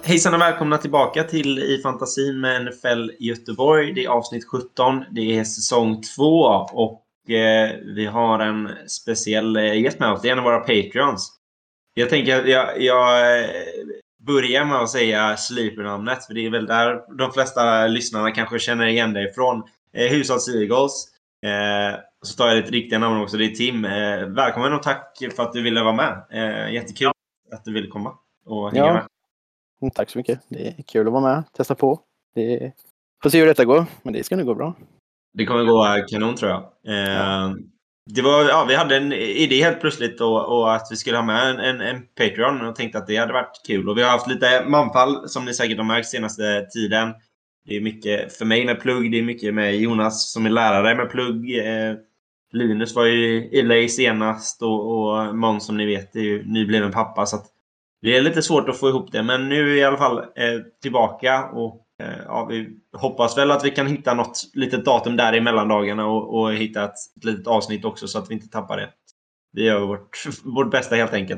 Hejsan och välkomna tillbaka till I Fantasin med NFL Göteborg. Det är avsnitt 17, det är säsong 2 och vi har en speciell gäst med oss. Det är en av våra Patreons. Jag tänker att jag börjar med att säga Sleeper-namnet, för det är väl där de flesta lyssnarna kanske känner igen dig från. Husals Eagles. Så tar jag ditt riktiga namn också, det är Tim. Välkommen och tack för att du ville vara med. Jättekul att du ville komma och hänga med. Tack så mycket. Det är kul att vara med. Testa på. Får se hur detta går. Men det ska nu gå bra. Det kommer gå kanon, tror jag. Det var, vi hade en idé helt plötsligt och att vi skulle ha med en Patreon och tänkte att det hade varit kul. Och vi har haft lite manfall som ni säkert har märkt senaste tiden. Det är mycket för mig med plugg. Det är mycket med Jonas som är lärare med plugg. Linus var ju i LA senast och Måns, som ni vet, är ju nybliven pappa. Så att det är lite svårt att få ihop det. Men nu är vi i alla fall tillbaka och vi hoppas väl att vi kan hitta något litet datum där i mellandagarna och hitta ett litet avsnitt också så att vi inte tappar det. Vi gör vårt bästa helt enkelt.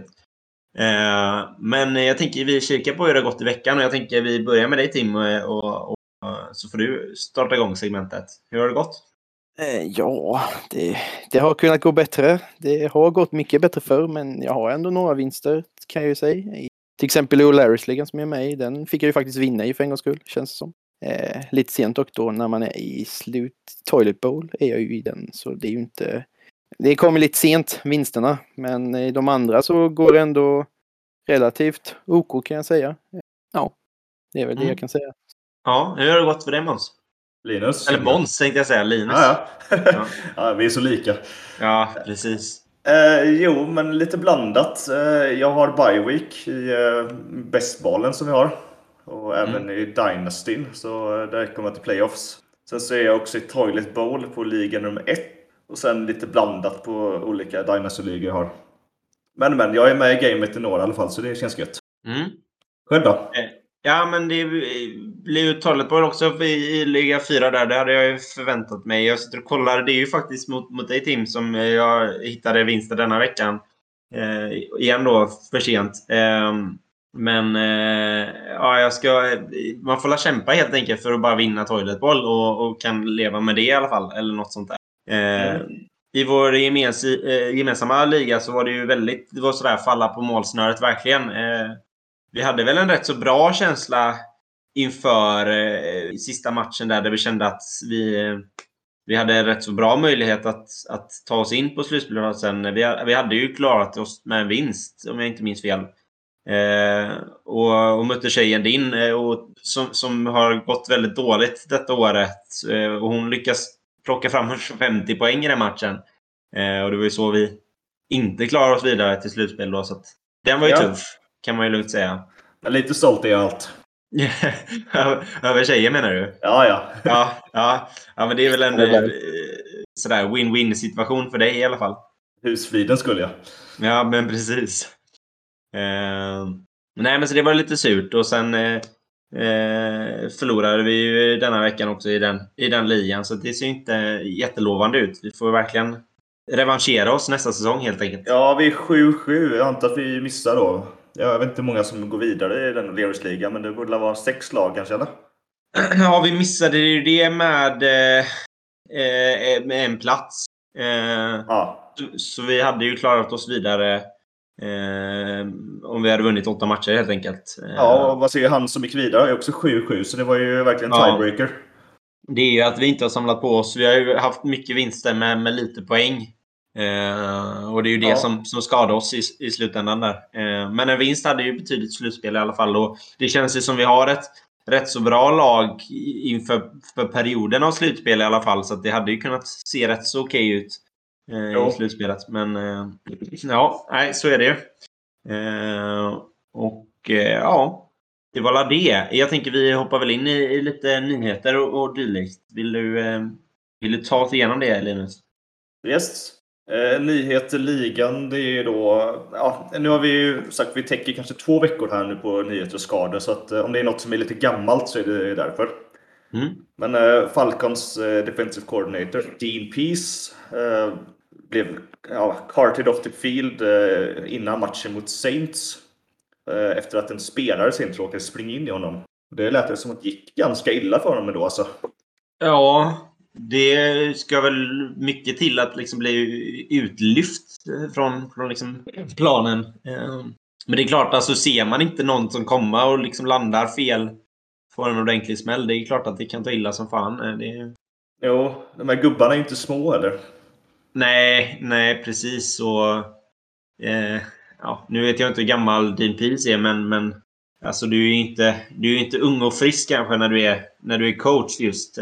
Men jag tänker vi kikar på hur det har gått i veckan och jag tänker vi börjar med dig, Tim, och så får du starta igång segmentet. Hur har det gått? Ja, det har kunnat gå bättre. Det har gått mycket bättre förr, men jag har ändå några vinster, kan jag ju säga. Till exempel O'Larrys-ligan som är med i, den fick jag ju faktiskt vinna i för en gångs skull, känns det som. Lite sent och då när man är i Toilet Bowl är jag ju i den, så det är ju inte... Det kommer lite sent, vinsterna, men i de andra så går det ändå relativt OK, kan jag säga. Ja, det är väl det jag kan säga. Ja, hur har det gått för dig, Måns? Linus. Eller Måns tänkte jag säga, Linus. Ja. Ja, vi är så lika. Ja, precis. Jo, men lite blandat. Jag har bye week i bestballen som vi har. Och även i Dynastin, så där kommer jag till playoffs. Sen så är jag också i Toilet Bowl på liga nummer 1. Och sen lite blandat på olika Dynasty-ligor jag har. Men jag är med i gamet i några i alla fall, så det känns gött. Själv då? Ja, men det blir ju Toilet Bowl också i Liga 4 där. Det hade jag ju förväntat mig. Jag sitter och kollar. Det är ju faktiskt mot dig, Tim, som jag hittade vinster denna veckan. Igen då, för sent. Men ja, man får la kämpa helt enkelt för att bara vinna Toilet Bowl och kan leva med det i alla fall. Eller något sånt där. I vår gemensamma liga så var det ju det var sådär falla på målsnöret verkligen. Vi hade väl en rätt så bra känsla inför sista matchen där vi kände att vi hade en rätt så bra möjlighet att ta oss in på slutspelsplatsen. Vi hade ju klarat oss med en vinst, om jag inte minns fel. Och mötte tjejen din som har gått väldigt dåligt detta året. Och hon lyckas plocka fram 50 poäng i den matchen. Och det var ju så vi inte klarade oss vidare till slutspel då, så att den var ju tuff, kan man ju lugnt säga. Men lite stolt är allt. Över tjejer menar du? Ja, men det är väl en sådär win-win situation för dig i alla fall. Husfriden skulle jag. Ja, men precis. Nej, men så det var lite surt. Och sen förlorade vi ju denna veckan också i den ligan. Så det ser inte jättelovande ut. Vi får verkligen revanschera oss nästa säsong helt enkelt. Ja, vi är 7-7. Jag antar att vi missar då. Jag vet inte hur många som går vidare i den Leros-ligan, men det borde vara 6 lag kanske, eller? Ja, vi missade ju det med en plats. Så vi hade ju klarat oss vidare om vi hade vunnit 8 matcher helt enkelt. Ja, och vad säger han som gick vidare? Är också 7-7, så det var ju verkligen tiebreaker. Det är ju att vi inte har samlat på oss. Vi har ju haft mycket vinster med lite poäng. Och det är ju det som skadar oss i slutändan där. Men en vinst hade ju betydligt slutspel i alla fall. Och det känns ju som vi har ett rätt så bra lag inför perioden av slutspel i alla fall. Så att det hade ju kunnat se rätt så okej ut i slutspelet. Men så är det ju. Det var la det. Jag tänker vi hoppar väl in i lite nyheter och dylikt. Vill du ta oss igenom det, Linus? Yes. Nyheter ligan, det är då... Ja, nu har vi ju sagt att vi täcker kanske 2 veckor här nu på nyheter och skador. Så att om det är något som är lite gammalt så är det därför. Men Falcons defensive coordinator Dean Pease blev carted off the field innan matchen mot Saints. efter att en spelare sen råkade springa in i honom. Det lät det som att det gick ganska illa för honom då alltså. Ja, det ska väl mycket till att liksom bli utlyft från liksom planen. Men det är klart, alltså ser man inte någon som kommer och liksom landar fel, får en ordentlig smäll, det är klart att det kan ta illa som fan. Jo, de här gubbarna är inte små eller? Nej, precis. Och, ja, nu vet jag inte hur gammal din Pearce är, men alltså, du är inte ung och frisk kanske när du är coach just.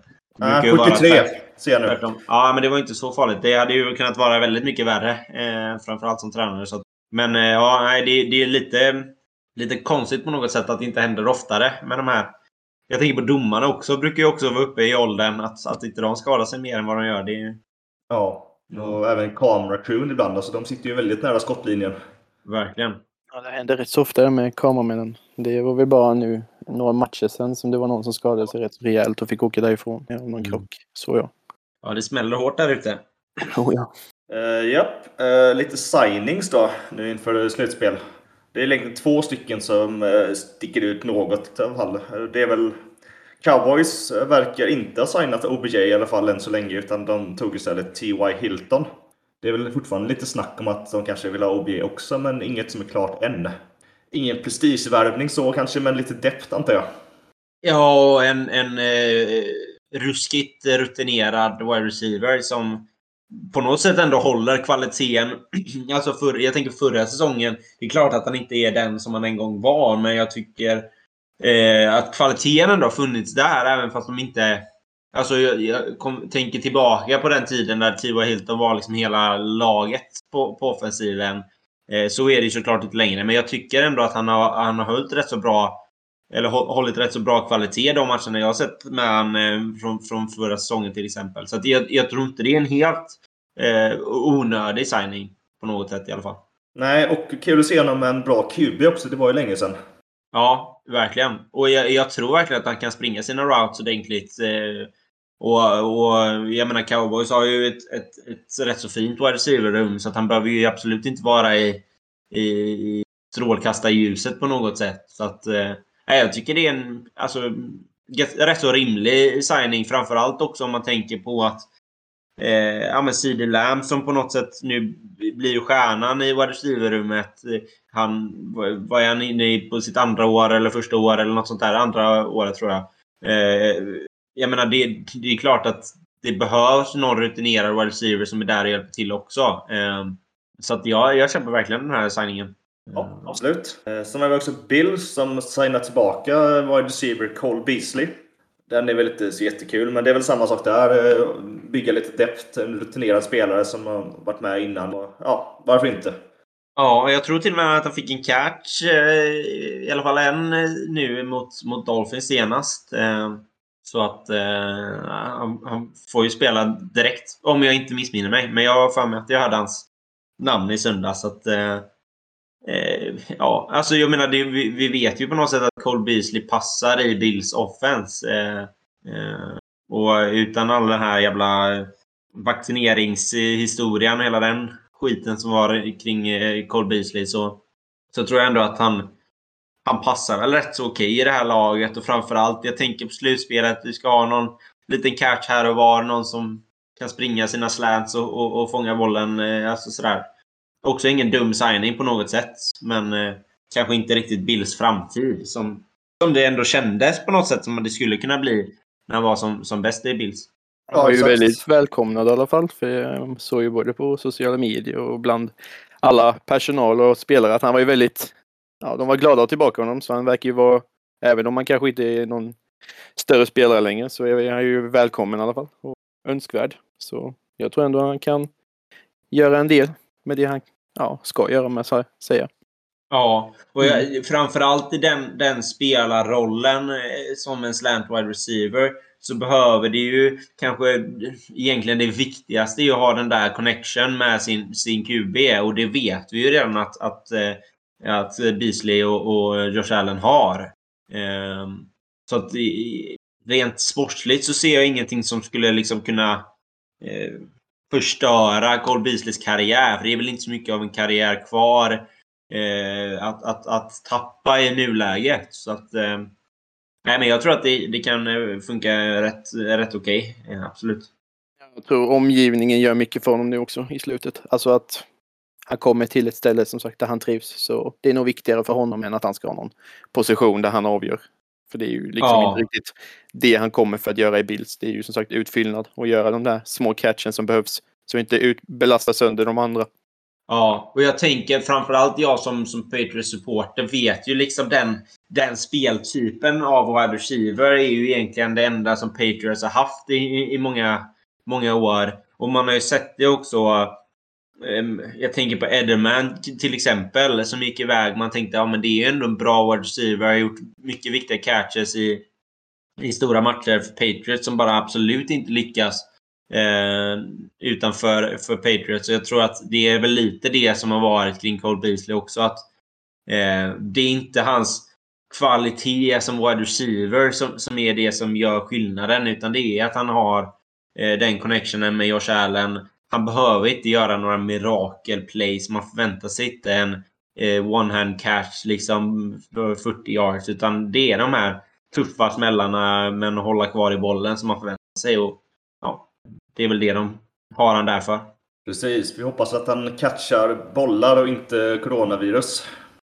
73 ser jag nu. Ja, men det var inte så farligt. Det hade ju kunnat vara väldigt mycket värre. Framförallt som tränare. Så att, men ja, nej, det är lite konstigt på något sätt att det inte händer oftare med de här. Jag tänker på domarna också. Brukar ju också vara uppe i åldern att inte de skadar sig mer än vad de gör. Det är... Ja, och även kameracrewn ibland. Alltså, de sitter ju väldigt nära skottlinjen. Verkligen. Ja, det händer rätt så ofta med kameramännen. Det var väl bara nu några matcher sen som det var någon som skadade sig rätt rejält och fick åka därifrån. Ja, någon krock. Så ja. Ja, det smäller hårt där ute. Oh, ja. Japp, lite signings då nu inför slutspel. Det är egentligen 2 stycken som sticker ut något i alla fall. Det är väl Cowboys verkar inte ha signat OBJ i alla fall än så länge, utan de tog istället T.Y. Hilton. Det är väl fortfarande lite snack om att de kanske vill ha OBJ också, men inget som är klart än. Ingen prestigevärvning så kanske, men lite depth antar jag. Ja, en ruskigt rutinerad wide receiver som på något sätt ändå håller kvaliteten. Alltså jag tänker förra säsongen. Det är klart att han inte är den som han en gång var, men jag tycker att kvaliteten ändå har funnits där, även fast de inte... Alltså jag tänker tillbaka på den tiden där T.Y. Hilton var liksom hela laget på offensiven. Så är det såklart inte längre, men jag tycker ändå att han har hållit rätt så bra, eller hållit rätt så bra kvalitet de matcherna jag har sett med han från förra säsongen till exempel. Så att jag tror inte det är en helt onödig signing på något sätt i alla fall. Nej, och kul att se honom med en bra QB också. Det var ju länge sedan. Ja, verkligen. Och jag tror verkligen att han kan springa sina routes ordentligt. Och jag menar, Cowboys har ju ett rätt så fint wide receiver-rum, så att han behöver ju absolut inte vara i strålkastarljuset på något sätt. Så att jag tycker det är en rätt så rimlig signing, framförallt också om man tänker på att CeeDee Lamb som på något sätt nu blir ju stjärnan i wide receiver-rummet. Han var han inne på sitt andra år eller första år eller något sånt där, andra året tror jag. Jag menar, det är klart att det behövs någon rutinerad wide receiver som är där och hjälper till också. Så att jag köper verkligen den här signingen. Ja, absolut. Sen har vi också Bills som signar tillbaka wide receiver Cole Beasley. Den är väl inte så jättekul, men det är väl samma sak där. Bygga lite depth, en rutinerad spelare som har varit med innan. Och, ja, varför inte? Ja, jag tror till och med att han fick en catch, i alla fall en nu mot Dolphins senast. Så att han får ju spela direkt, om jag inte missminner mig. Men jag har för mig att jag hörde hans namn i söndag. Så att, ja, alltså jag menar, vi vet ju på något sätt att Cole Beasley passar i Bills offense. Och utan all den här jävla vaccineringshistorien och hela den skiten som var kring Cole Beasley, så tror jag ändå att han passar väl rätt så okej i det här laget. Och framförallt, jag tänker på slutspelet, du ska ha någon liten catch här och var, någon som kan springa sina slants och fånga bollen, alltså sådär. Också ingen dum signing på något sätt, men kanske inte riktigt Bills framtid som det ändå kändes på något sätt som det skulle kunna bli när han var som bäst i Bills. Han var ju väldigt välkomnad i alla fall, för jag såg ju både på sociala medier och bland alla personal och spelare att han var ju väldigt, ja, de var glada att tillbaka honom, så han verkar ju vara, även om man kanske inte är någon större spelare längre, så är han ju välkommen i alla fall och önskvärd. Så jag tror ändå han kan göra en del med det han ska göra, med att säga. Ja, och framförallt i den spelarrollen som en slant wide receiver, så behöver det ju kanske egentligen det viktigaste är att ha den där connection med sin QB, och det vet vi ju redan att Beasley och Josh Allen har. Så att rent sportsligt så ser jag ingenting som skulle liksom kunna förstöra Cole Beasleys karriär. För det är väl inte så mycket av en karriär kvar att tappa i nuläget. Så att nej, men jag tror att det kan funka rätt okej. Absolut. Jag tror omgivningen gör mycket för honom nu också i slutet. Alltså att han kommer till ett ställe som sagt där han trivs. Så det är nog viktigare för honom än att han ska ha någon position där han avgör. För det är ju liksom inte riktigt det han kommer för att göra i Bills. Det är ju som sagt utfyllnad och göra de där små catchen som behövs. Så inte belastar sönder de andra. Ja, och jag tänker framförallt jag som Patriots-supporter vet ju liksom den speltypen av wide receiver är ju egentligen det enda som Patriots har haft i många år. Och man har ju sett det också. Jag tänker på Edelman till exempel som gick iväg. Man tänkte ja men det är ju ändå en bra wide receiver. Har gjort mycket viktiga catches i stora matcher för Patriots som bara absolut inte lyckas utanför för Patriots. Så jag tror att det är väl lite det som har varit kring Cole Beasley också. Att det är inte hans kvalitet som wide receiver som är det som gör skillnaden. Utan det är att han har den connectionen med Josh Allen. Han behöver inte göra några mirakelplays. Man förväntar sig inte en one-hand catch liksom för 40 yards. Utan det är de här tuffa smällarna men att hålla kvar i bollen som man förväntar sig. Och ja, det är väl det de har han därför. Precis, vi hoppas att han catchar bollar och inte coronavirus.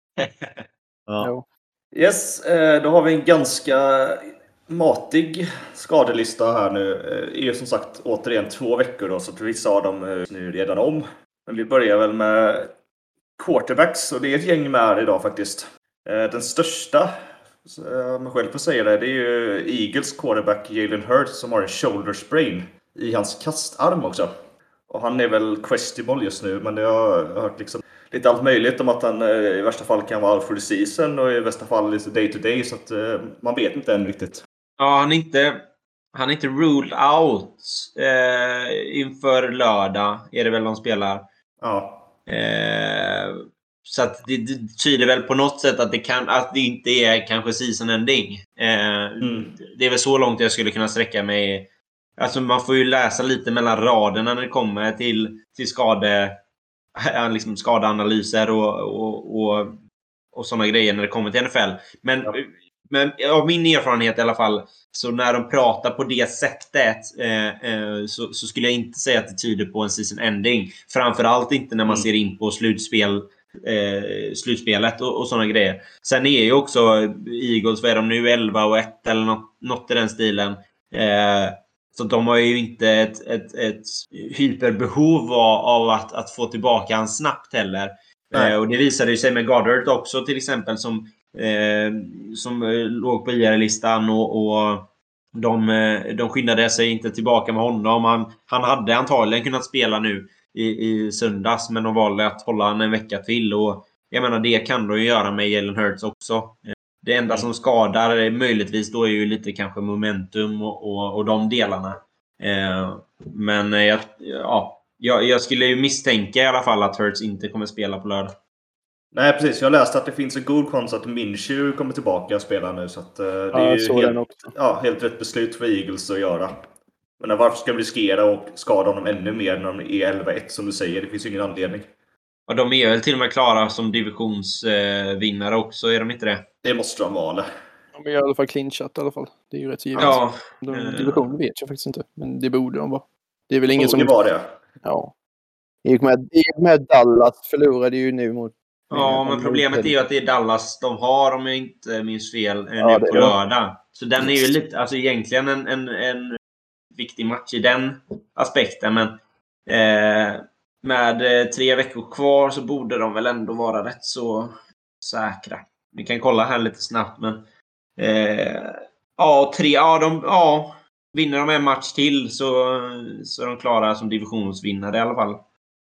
Ja. Yes, då har vi en ganska matig skadelista här nu. Det är ju som sagt återigen 2 veckor då, så att vissa av dem nu redan om. Men vi börjar väl med quarterbacks, och det är ett gäng med idag faktiskt. Den största, om jag själv får säga det är ju Eagles quarterback Jalen Hurts som har en shoulder sprain i hans kastarm också. Och han är väl questionable just nu, men jag har hört liksom lite allt möjligt om att han i värsta fall kan vara out for the season och i värsta fall lite day to day, så att man vet inte än riktigt. Ja, han är inte ruled out inför lördag är det väl de spelar. Ja. Så att det tyder väl på något sätt att det inte är kanske season ending. Det är väl så långt jag skulle kunna sträcka mig. Alltså man får ju läsa lite mellan raderna när det kommer till liksom skadeanalyser och sådana grejer när det kommer till NFL. Men av min erfarenhet i alla fall, så när de pratar på det sättet så skulle jag inte säga att det tyder på en season ending. Framförallt inte när man ser in på slutspelet och sådana grejer. Sen är ju också Eagles, vad är de nu, 11-1 eller något i den stilen. Så de har ju inte ett hyperbehov av att få tillbaka han snabbt heller. Och det visade ju sig med Goddard också till exempel som låg på IR-listan och de skyndade sig inte tillbaka med honom. Han hade antagligen kunnat spela nu i söndags, men de valde att hålla han en vecka till. Och jag menar, det kan de ju göra med Jalen Hurts också. Det enda som skadar möjligtvis då är ju lite kanske momentum och de delarna. Men jag skulle ju misstänka i alla fall att Hurts inte kommer spela på lördag. Nej, precis. Jag läste att det finns en god chans att Minshew kommer tillbaka och spela nu. Så att, det är ju helt rätt beslut för Eagles att göra. Men varför ska vi riskera och skada honom ännu mer när de är 11-1 som du säger? Det finns ju ingen anledning. Ja, de är väl till och med klara som divisionsvinnare också, är de inte det? Det måste de vara. De är i alla fall clinchat i alla fall. Det är ju rätt givet. Ja. Division vet jag faktiskt inte, men det borde de vara. Det är väl ingen som... Det var det. Ja. I och med Dallas förlorade ju nu mot... Ja, men problemet är ju att det är Dallas de har, om jag inte minns fel, nu på lördag. Så den är ju lite, alltså egentligen en viktig match i den aspekten. Men med 3 veckor kvar så borde de väl ändå vara rätt så säkra. Vi kan kolla här lite snabbt, men vinner de en match till så är de klara som divisionsvinnare i alla fall.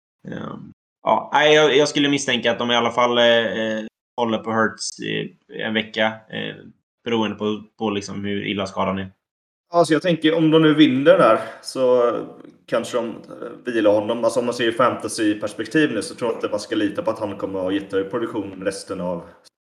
Jag skulle misstänka att de i alla fall håller på Hurts en vecka beroende på liksom hur illa skadan är. Alltså jag tänker, om de nu vinner där så kanske de vilar honom. Alltså om man ser fantasy-perspektiv nu så tror jag inte man ska lita på att han kommer att ha jättehög produktion resten av...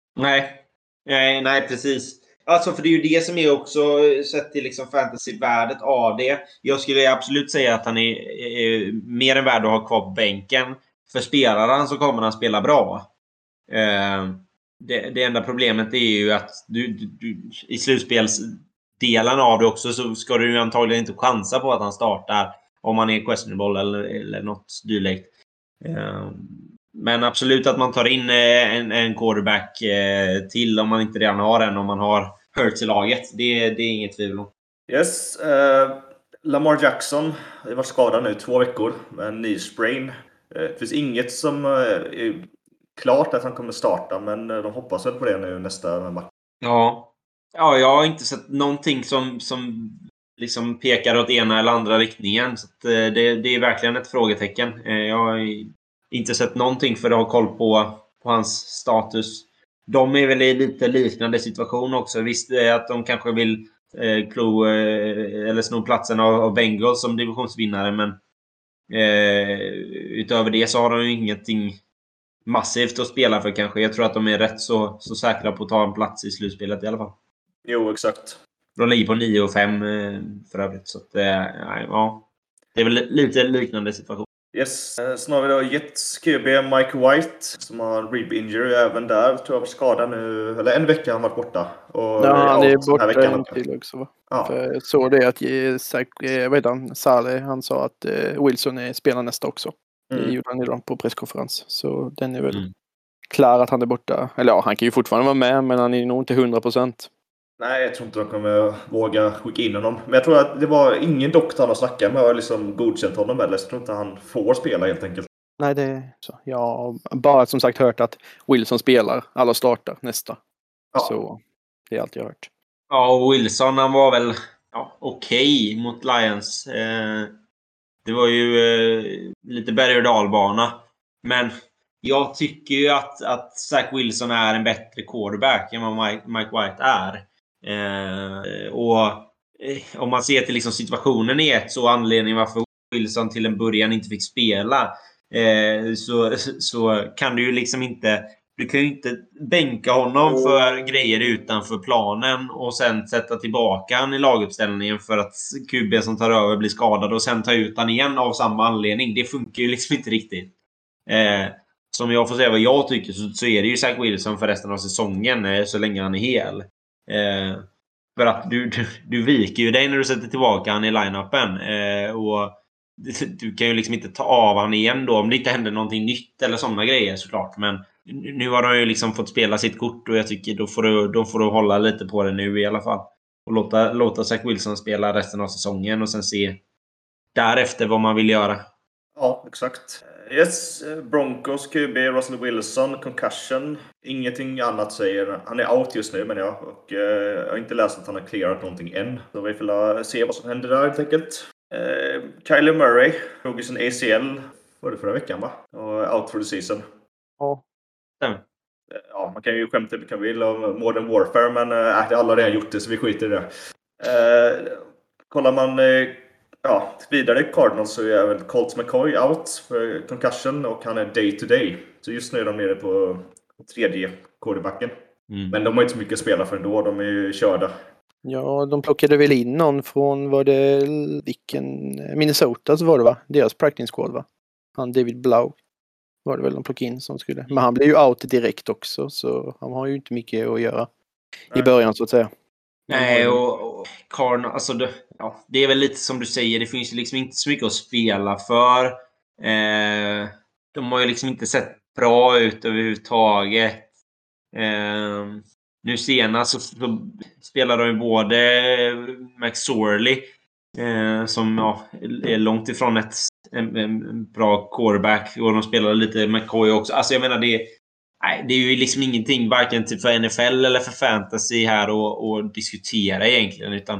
Nej, precis. Alltså för det är ju det som är också sett till liksom fantasy-värdet av det. Jag skulle absolut säga att han är mer än värd att ha kvar på bänken. För spelaren så kommer han spela bra. Det enda problemet är ju att du i slutspelsdelen av det också så ska du ju antagligen inte chansa på att han startar om han är questionable eller något dylikt. Men absolut att man tar in en quarterback till om man inte redan har en, om man har Hurts i laget. Det är inget tvivel om. Yes. Lamar Jackson har varit skadad nu 2 veckor med en knee sprain. Det finns inget som är klart att han kommer starta, men de hoppas väl på det nu nästa match. Ja, jag har inte sett någonting som liksom pekar åt ena eller andra riktningen. Så att, det är verkligen ett frågetecken. Jag har inte sett någonting för att ha koll på hans status. De är väl i lite liknande situation också. Visst att de kanske vill eller sno platsen av Bengals som divisionsvinnare, men utöver det så har de ju ingenting massivt att spela för kanske. Jag tror att de är rätt så säkra på att ta en plats i slutspelet i alla fall. Jo, exakt. De ligger på 9-5 för övrigt. Så att, ja, det är väl lite liknande situation. Yes. Sen har vi då Jets QB Mike White som har en rib injury även där. Tror jag var skadad nu, eller en vecka har han varit borta. Och han är borta en till också, va? Ja. För jag såg det att Saleh, han sa att Wilson spelar nästa också. Det gjorde han idag på presskonferens. Så den är väl klar att han är borta. Eller ja, han kan ju fortfarande vara med, men han är nog inte 100%. Nej, jag tror inte de kommer våga skicka in honom. Men jag tror att det var ingen doktor han har snackat med och liksom godkänt honom eller. Så jag tror inte han får spela helt enkelt. Nej, det är så. Jag har bara som sagt hört att Wilson spelar. Alla startar nästa. Ja. Så det är allt jag har hört. Ja, och Wilson han var väl okej mot Lions. Det var ju lite berg- och dalbana. Men jag tycker ju att Zach Wilson är en bättre quarterback än vad Mike White är. Och om man ser till liksom situationen i så anledningen varför Wilson till en början inte fick spela, så kan du ju liksom inte... Du kan ju inte bänka honom för grejer utanför planen och sen sätta tillbaka han i laguppställningen för att QB som tar över blir skadad och sen ta ut han igen av samma anledning. Det funkar ju liksom inte riktigt. Som jag får säga vad jag tycker så är det ju Zach Wilson för resten av säsongen så länge han är hel. För att du viker ju dig när du sätter tillbaka han i line-upen. Och du kan ju liksom inte ta av han igen då om det inte händer någonting nytt eller sådana grejer såklart. Men nu har de ju liksom fått spela sitt kort och jag tycker då får du hålla lite på det nu i alla fall. Och låta Zach Wilson spela resten av säsongen och sen se därefter vad man vill göra. Ja, exakt. Yes, Broncos QB Russell Wilson, concussion. Ingenting annat säger. Han är out just nu, men jag har inte läst att han har clearat någonting än. Så vi får se vad som händer där helt enkelt. Kyler Murray tog ju sin ACL förra veckan, va? Och out for the season. Ja. Ja, man kan ju skämta hur man vill om Modern Warfare, men alla har redan gjort det så vi skiter i det. Kollar man vidare i Cardinals så är väl Colt McCoy out för concussion och han är day to day. Så just nu är de nere på tredje quarterbacken. Men de har inte så mycket att spela för ändå, de är ju körda. Ja, de plockade väl in någon från, Minnesota så var det, va? Deras practice squad, va? Han David Blau var det väl de plockade in som skulle. Men han blev ju out direkt också, så han har ju inte mycket att göra i början så att säga. Nej, och Karn, alltså det är väl lite som du säger, det finns ju liksom inte så mycket att spela för. De har ju liksom inte sett bra ut överhuvudtaget. Nu senast så spelar de ju både Max Sorley som är långt ifrån en bra quarterback, och de spelar lite McCoy också. Alltså jag menar det är ju liksom ingenting varken typ för NFL eller för fantasy här och diskutera egentligen, utan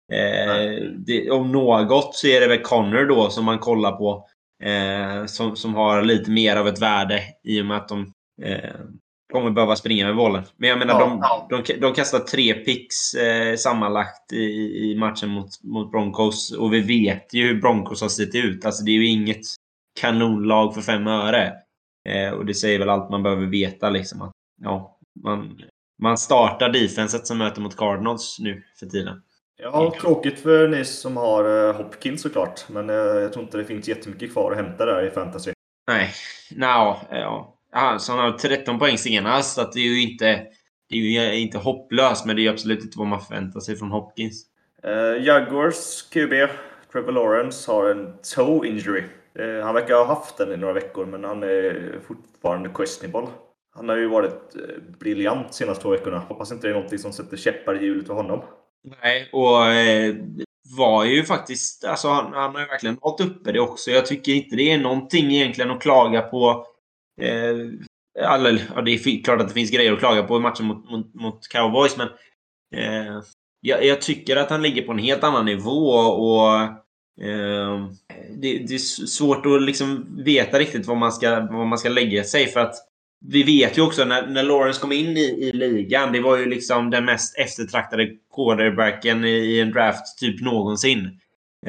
om något så är det väl Connor då som man kollar på som har lite mer av ett värde i och med att de kommer behöva springa med bollen. Men jag menar de kastar 3 picks sammanlagt i matchen mot Broncos, och vi vet ju hur Broncos har sett ut. Alltså det är ju inget kanonlag för 5 öre. Och det säger väl allt man behöver veta liksom, att man startar defenset som möter mot Cardinals nu för tiden. Ja, tråkigt för ni som har Hopkins såklart, men jag tror inte det finns jättemycket kvar att hämta där i fantasy. Nej. Så han har 13 poäng senast. Så att det är ju inte hopplöst, men det är absolut inte vad man förväntar sig från Hopkins. Jaguars QB Trevor Lawrence har en toe injury. Han verkar ha haft den i några veckor, men han är fortfarande questionable. Han har ju varit briljant senaste 2 veckorna. Hoppas inte det är någonting som sätter käppar i hjulet för honom. Nej, och var ju faktiskt... Alltså han har ju verkligen hållit uppe det också. Jag tycker inte det är någonting egentligen att klaga på. Det är klart att det finns grejer att klaga på i matchen mot Cowboys, men jag tycker att han ligger på en helt annan nivå, och det är svårt att liksom veta riktigt vad man ska lägga sig, för att vi vet ju också när Lawrence kom in i ligan, det var ju liksom den mest eftertraktade quarterbacken i en draft typ någonsin.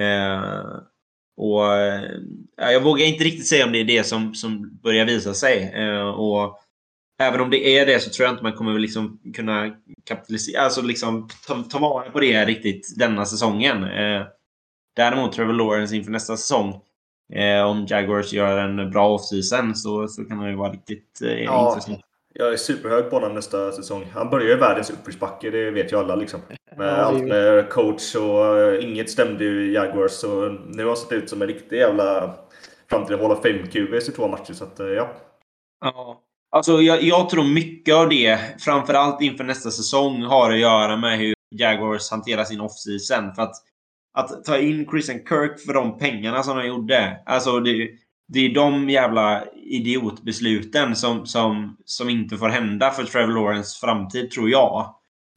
Och jag vågar inte riktigt säga om det är det som börjar visa sig. Och även om det är det, så tror jag inte man kommer liksom kunna kapitalisera, alltså liksom ta vara på det riktigt denna säsongen. Däremot Trevor Lawrence inför nästa säsong, om Jaguars gör en bra offseason, så kan det ju vara riktigt intressant. Jag är superhög på honom nästa säsong. Han börjar ju världens uppförsbacke, det vet ju alla liksom. Med allt med coach och inget stämde ju Jaguars, så nu har han sett ut som en riktig jävla framtida Hall of Fame-QB i 2 matcher, så att ja. Ja. Alltså jag tror mycket av det, framförallt inför nästa säsong, har att göra med hur Jaguars hanterar sin offseason. För att ta in Christian Kirk för de pengarna som de gjorde. Alltså det är de jävla idiotbesluten som inte får hända för Trevor Lawrence framtid, tror jag.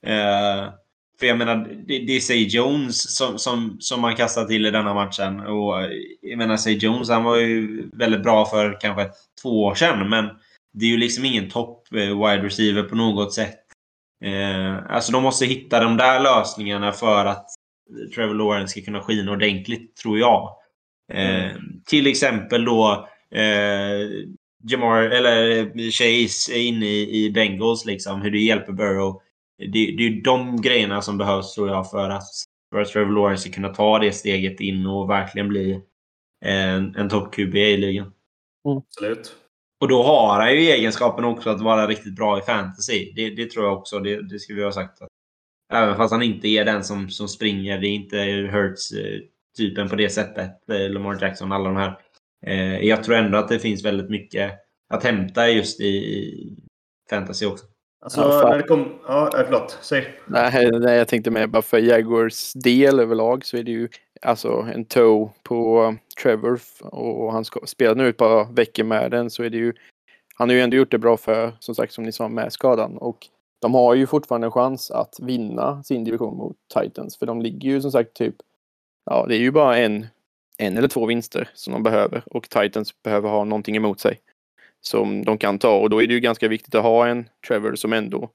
För jag menar, det är Zay Jones som man kastar till i denna matchen. Och jag menar, Zay Jones, han var ju väldigt bra för kanske 2 år sedan, men det är ju liksom ingen topp wide receiver på något sätt. Alltså de måste hitta de där lösningarna för att Trevor Lawrence ska kunna skina ordentligt, tror jag. Till exempel då Jamar eller Chase är inne i Bengals, liksom, hur det hjälper Burrow. Det är ju de grejerna som behövs, tror jag, för att Trevor Lawrence ska kunna ta det steget in och verkligen bli en topp-QB i ligan. Absolut. Och då har han ju egenskapen också att vara riktigt bra i fantasy. Det tror jag också. Det ska vi ha sagt. Även fast han inte är den som springer. Det är inte Hurts-typen på det sättet. Lamar Jackson, alla de här. Jag tror ändå att det finns väldigt mycket att hämta just i fantasy också. Alltså, när det kom... Ja, förlåt. Säg. Nej, jag tänkte med bara för Jaguars del överlag, så är det ju alltså en toe på Trevor, och han spelar nu ett par veckor med den, så är det ju, han har ju ändå gjort det bra för, som sagt, som ni sa, med skadan, och de har ju fortfarande en chans att vinna sin division mot Titans, för de ligger ju som sagt typ, ja, det är ju bara en eller 2 vinster som de behöver, och Titans behöver ha någonting emot sig som de kan ta, och då är det ju ganska viktigt att ha en Trevor som ändå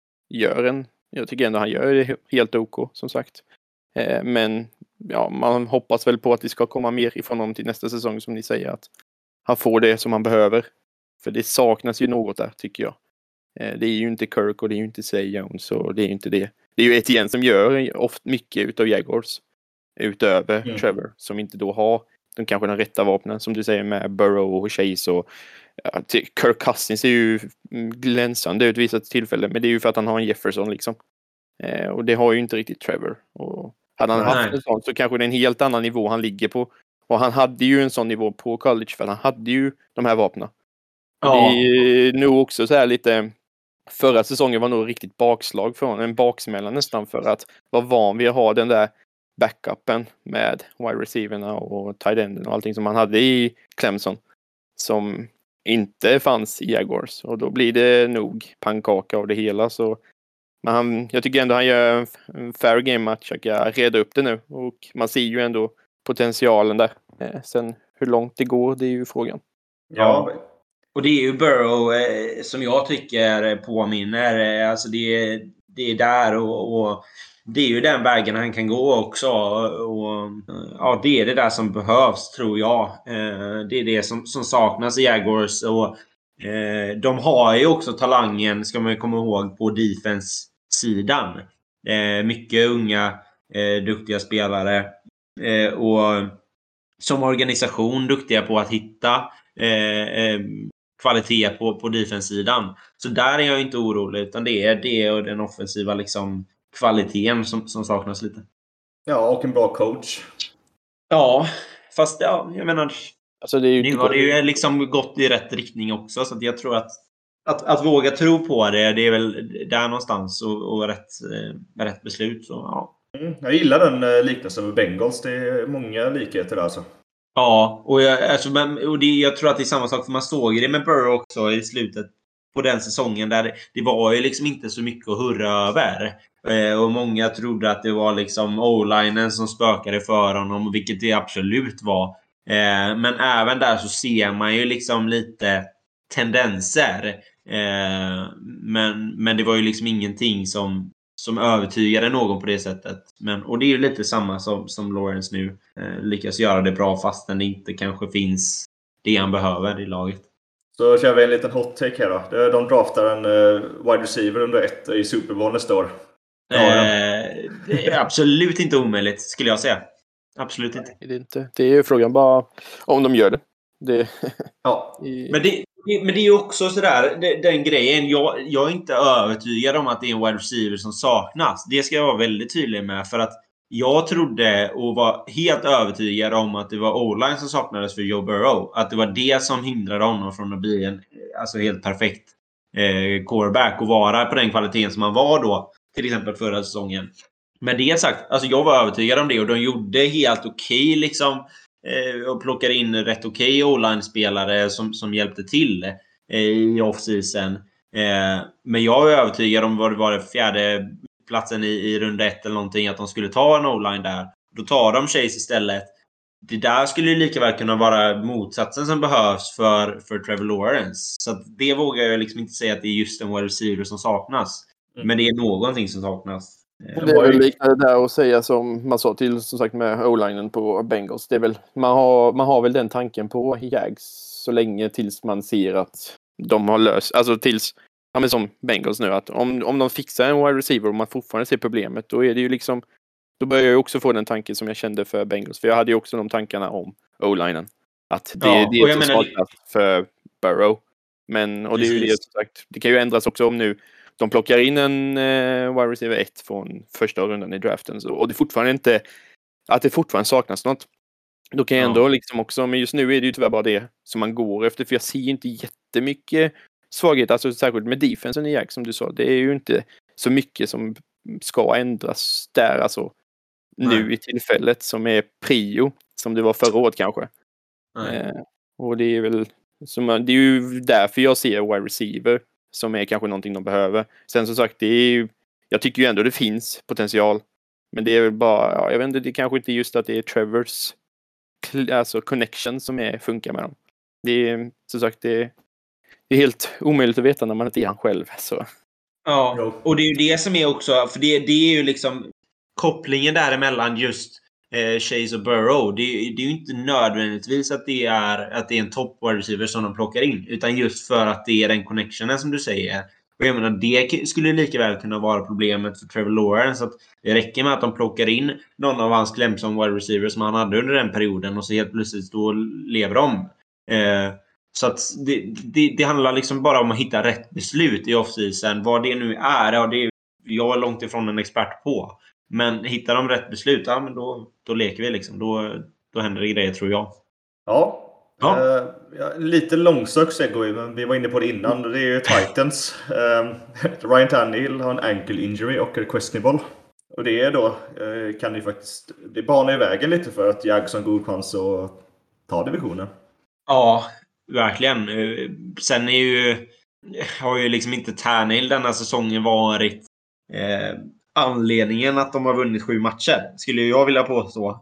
jag tycker ändå han gör det helt OK, som sagt. Men ja, man hoppas väl på att det ska komma mer ifrån honom till nästa säsong, som ni säger, att han får det som han behöver. För det saknas ju något där, tycker jag. Det är ju inte Kirk och det är ju inte Zay Jones, och det är ju inte det. Det är ju Etienne som gör ofta mycket utav Jaguars utöver Trevor, som inte då har kanske den rätta vapnen, som du säger, med Burrow och Chase, och Kirk Cousins är ju glänsande ut vissa tillfällen, men det är ju för att han har en Jefferson liksom. Och det har ju inte riktigt Trevor. Och hade han haft en sån, så kanske det är en helt annan nivå han ligger på. Och han hade ju en sån nivå på college, för han hade ju de här vapnen. Ja. Det är nog också så här lite, förra säsongen var nog riktigt bakslag för honom, en baksmälla nästan, för att vara van vid att ha den där backupen med wide receiverna och tight enden och allting som han hade i Clemson, som inte fanns i Jaguars, och då blir det nog pannkaka av det hela. Så men jag tycker ändå han gör en fair game match, att reda upp det nu, och man ser ju ändå potentialen där. Sen hur långt det går, det är ju frågan. Ja, och det är ju Burrow som jag tycker påminner. Alltså det är där, och det är ju den vägen han kan gå också. Och ja, det är det där som behövs, tror jag. Det är det som saknas i Jaguars. Och de har ju också talangen, ska man komma ihåg, på defense-sidan. Mycket unga, duktiga spelare. Och som organisation duktiga på att hitta kvalitet på defensiven. Så där är jag inte orolig, utan det är det och den offensiva liksom kvaliteten som saknas lite. Ja, och en bra coach. Ja, fast ja, jag menar, Alltså det är ju nu inte har det ju liksom gått i rätt riktning också, så att jag tror att våga tro på det är väl där någonstans och rätt beslut. Så, ja. Jag gillar den liknelsen med Bengals. Det är många likheter där alltså. Ja, och jag tror att det är samma sak, för man såg det med Burrow också i slutet på den säsongen där det var ju liksom inte så mycket att hurra över. Och många trodde att det var liksom O-linen som spökade för honom, vilket det absolut var. Men även där så ser man ju liksom lite tendenser. Men det var ju liksom ingenting som övertygade någon på det sättet. Och det är ju lite samma som Lawrence nu lyckas göra det bra, fastän det inte kanske finns det han behöver i laget. Så kör vi en liten hot take här då. De draftar en wide receiver under 1 i Super Bowl nästa år. Det är absolut inte omöjligt, skulle jag säga. Absolut inte. Det är ju frågan bara om de gör det. Ja. Men det är ju också sådär, den grejen. Jag är inte övertygad om att det är en wide receiver som saknas. Det ska jag vara väldigt tydlig med. För att jag trodde och var helt övertygad om att det var O-line som saknades för Joe Burrow. Att det var det som hindrade honom från att bli en helt perfekt quarterback och vara på den kvaliteten som han var då. Till exempel förra säsongen. Men det sagt, alltså jag var övertygad om det, och de gjorde helt okej liksom. Och plockade in rätt okej online-spelare som hjälpte till i off-season. Men jag är övertygad om vad det var det 4:e platsen i runda 1 eller någonting, att de skulle ta en online där. Då tar de Chase istället. Det där skulle ju lika väl kunna vara motsatsen som behövs för Trevor Lawrence. Så att det vågar jag liksom inte säga att det är just en wide receiver som saknas. Men det är någonting som saknas. Det är väl liknande där att säga som man sa till, som sagt, med O-linen på Bengals. Det är väl, man har väl den tanken på Jags så länge tills man ser att de har löst, alltså tills, ja men som Bengals nu, att om de fixar en wide receiver och man fortfarande ser problemet, då är det ju liksom, då börjar jag också få den tanken som jag kände för Bengals. För jag hade ju också de tankarna om O-linen. Att det är det som saknas för Burrow. Men, och det är ju det som sagt, det kan ju ändras också om nu de plockar in en wide receiver 1 från första rundan i draften. Och det fortfarande inte, att det fortfarande saknas något. Då kan jag ändå liksom också, men just nu är det ju tyvärr bara det som man går efter. För jag ser ju inte jättemycket svaghet, alltså särskilt med defensen i Jack som du sa. Det är ju inte så mycket som ska ändras där, alltså nu i tillfället som är prio, som det var förra året kanske. Och det är väl, det är ju därför jag ser wide receiver som är kanske någonting de behöver. Sen som sagt, det är ju, jag tycker ju ändå det finns potential. Men det är väl bara, jag vet inte, det kanske inte just att det är Trevors connection som funkar med dem. Det är, som sagt, det är helt omöjligt att veta när man inte är han själv. Så. Ja, och det är ju det som är också, för det är ju liksom kopplingen däremellan just Chase och Burrow. Det är ju inte nödvändigtvis att det är en top wide receiver som de plockar in, utan just för att det är den connectionen som du säger. Och jag menar, det skulle lika väl kunna vara problemet för Trevor Lawrence, att det räcker med att de plockar in någon av hans klämsom wide receivers som han hade under den perioden, och så helt plötsligt då lever de. Så att det handlar liksom bara om att hitta rätt beslut i off-season. Vad det nu är, det är jag är långt ifrån en expert på. Men hittar de rätt beslut, ja, men då leker vi liksom. Då händer det grejer, tror jag. Ja. Lite långsökt segway, men vi var inne på det innan. Det är ju Titans. Ryan Tannehill har en ankle injury och är questionable. Och det är då, kan ju faktiskt, det banar i vägen lite för att Jags har en god chans att ta divisionen. Ja, verkligen. Sen har ju liksom inte Tannehill denna säsongen varit anledningen att de har vunnit 7 matcher, skulle jag vilja påstå.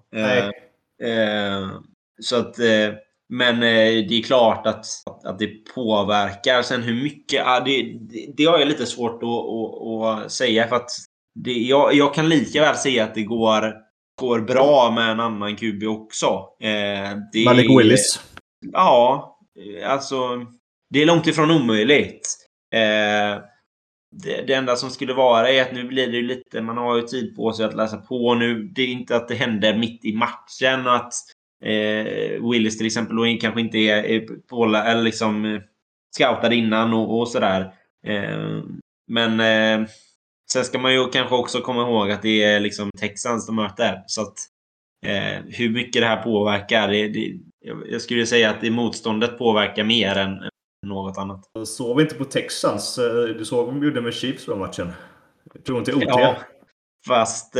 Så att, men det är klart att det påverkar. Sen hur mycket, det har jag lite svårt att säga, för att jag kan lika väl säga att det går bra med en annan QB också. Malik Willis. Ja, alltså det är långt ifrån omöjligt. Det enda som skulle vara är att nu blir det ju lite, man har ju tid på sig att läsa på nu. Det är inte att det händer mitt i matchen, och att Willis till exempel då kanske inte är på, eller liksom scoutade innan och sådär. Men sen ska man ju kanske också komma ihåg att det är liksom Texans de möter. Så att hur mycket det här påverkar, jag skulle säga att det motståndet påverkar mer än något annat. Såg vi inte på Texans? Du såg vad de gjorde med Chiefs på matchen. Jag tror inte OT. Ja, fast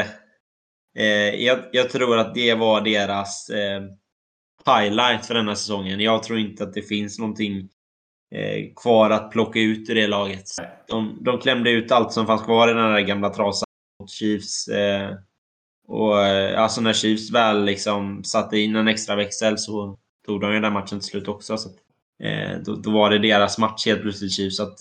jag tror att det var deras highlight för den här säsongen. Jag tror inte att det finns någonting kvar att plocka ut ur det laget. De klämde ut allt som fanns kvar i den här gamla trasan mot Chiefs. Alltså när Chiefs väl liksom satte in en extra växel så tog de ju den matchen till slut också. Så då var det deras match helt plötsligt Chiefs. Så att,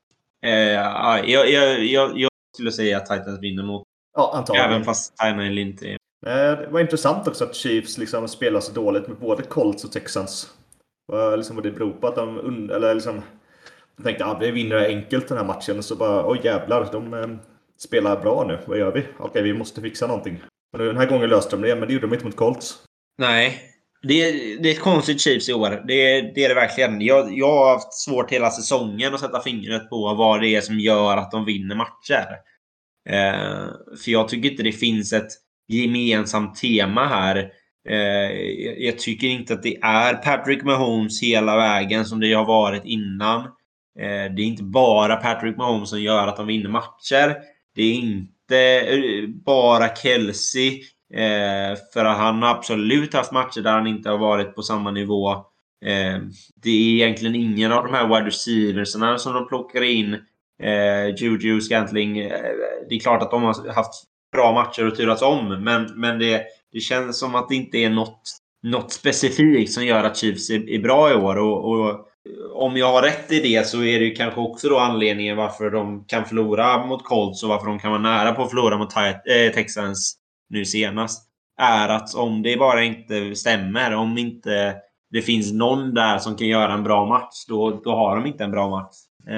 jag skulle säga att Titans vinner mot. Ja, antagligen. Även fast Titans inte är. Det var intressant också att Chiefs liksom spelar så dåligt med både Colts och Texans. Liksom vad det beror på att de tänkte att vi vinner enkelt den här matchen. Och så bara, oj jävlar, de spelar bra nu. Vad gör vi? Okej, vi måste fixa någonting. Och den här gången löste de det, men det gjorde de inte mot Colts. Nej, det är ett konstigt Chiefs i år. Det är det verkligen. Jag har haft svårt hela säsongen att sätta fingret på vad det är som gör att de vinner matcher. För jag tycker inte det finns ett gemensamt tema här. Jag tycker inte att det är Patrick Mahomes hela vägen som det har varit innan. Det är inte bara Patrick Mahomes som gör att de vinner matcher. Det är inte bara Kelsey. För att han har absolut haft matcher där han inte har varit på samma nivå. Det är egentligen ingen av de här wide receiversarna som de plockar in. Juju, Scantling. Det är klart att de har haft bra matcher och turats om. Men det känns som att det inte är något specifikt som gör att Chiefs är bra i år. Och om jag har rätt i det så är det kanske också då anledningen varför de kan förlora mot Colts och varför de kan vara nära på att förlora mot Texans nu senast. Är att om det bara inte stämmer, om inte det finns någon där som kan göra en bra match, då har de inte en bra match.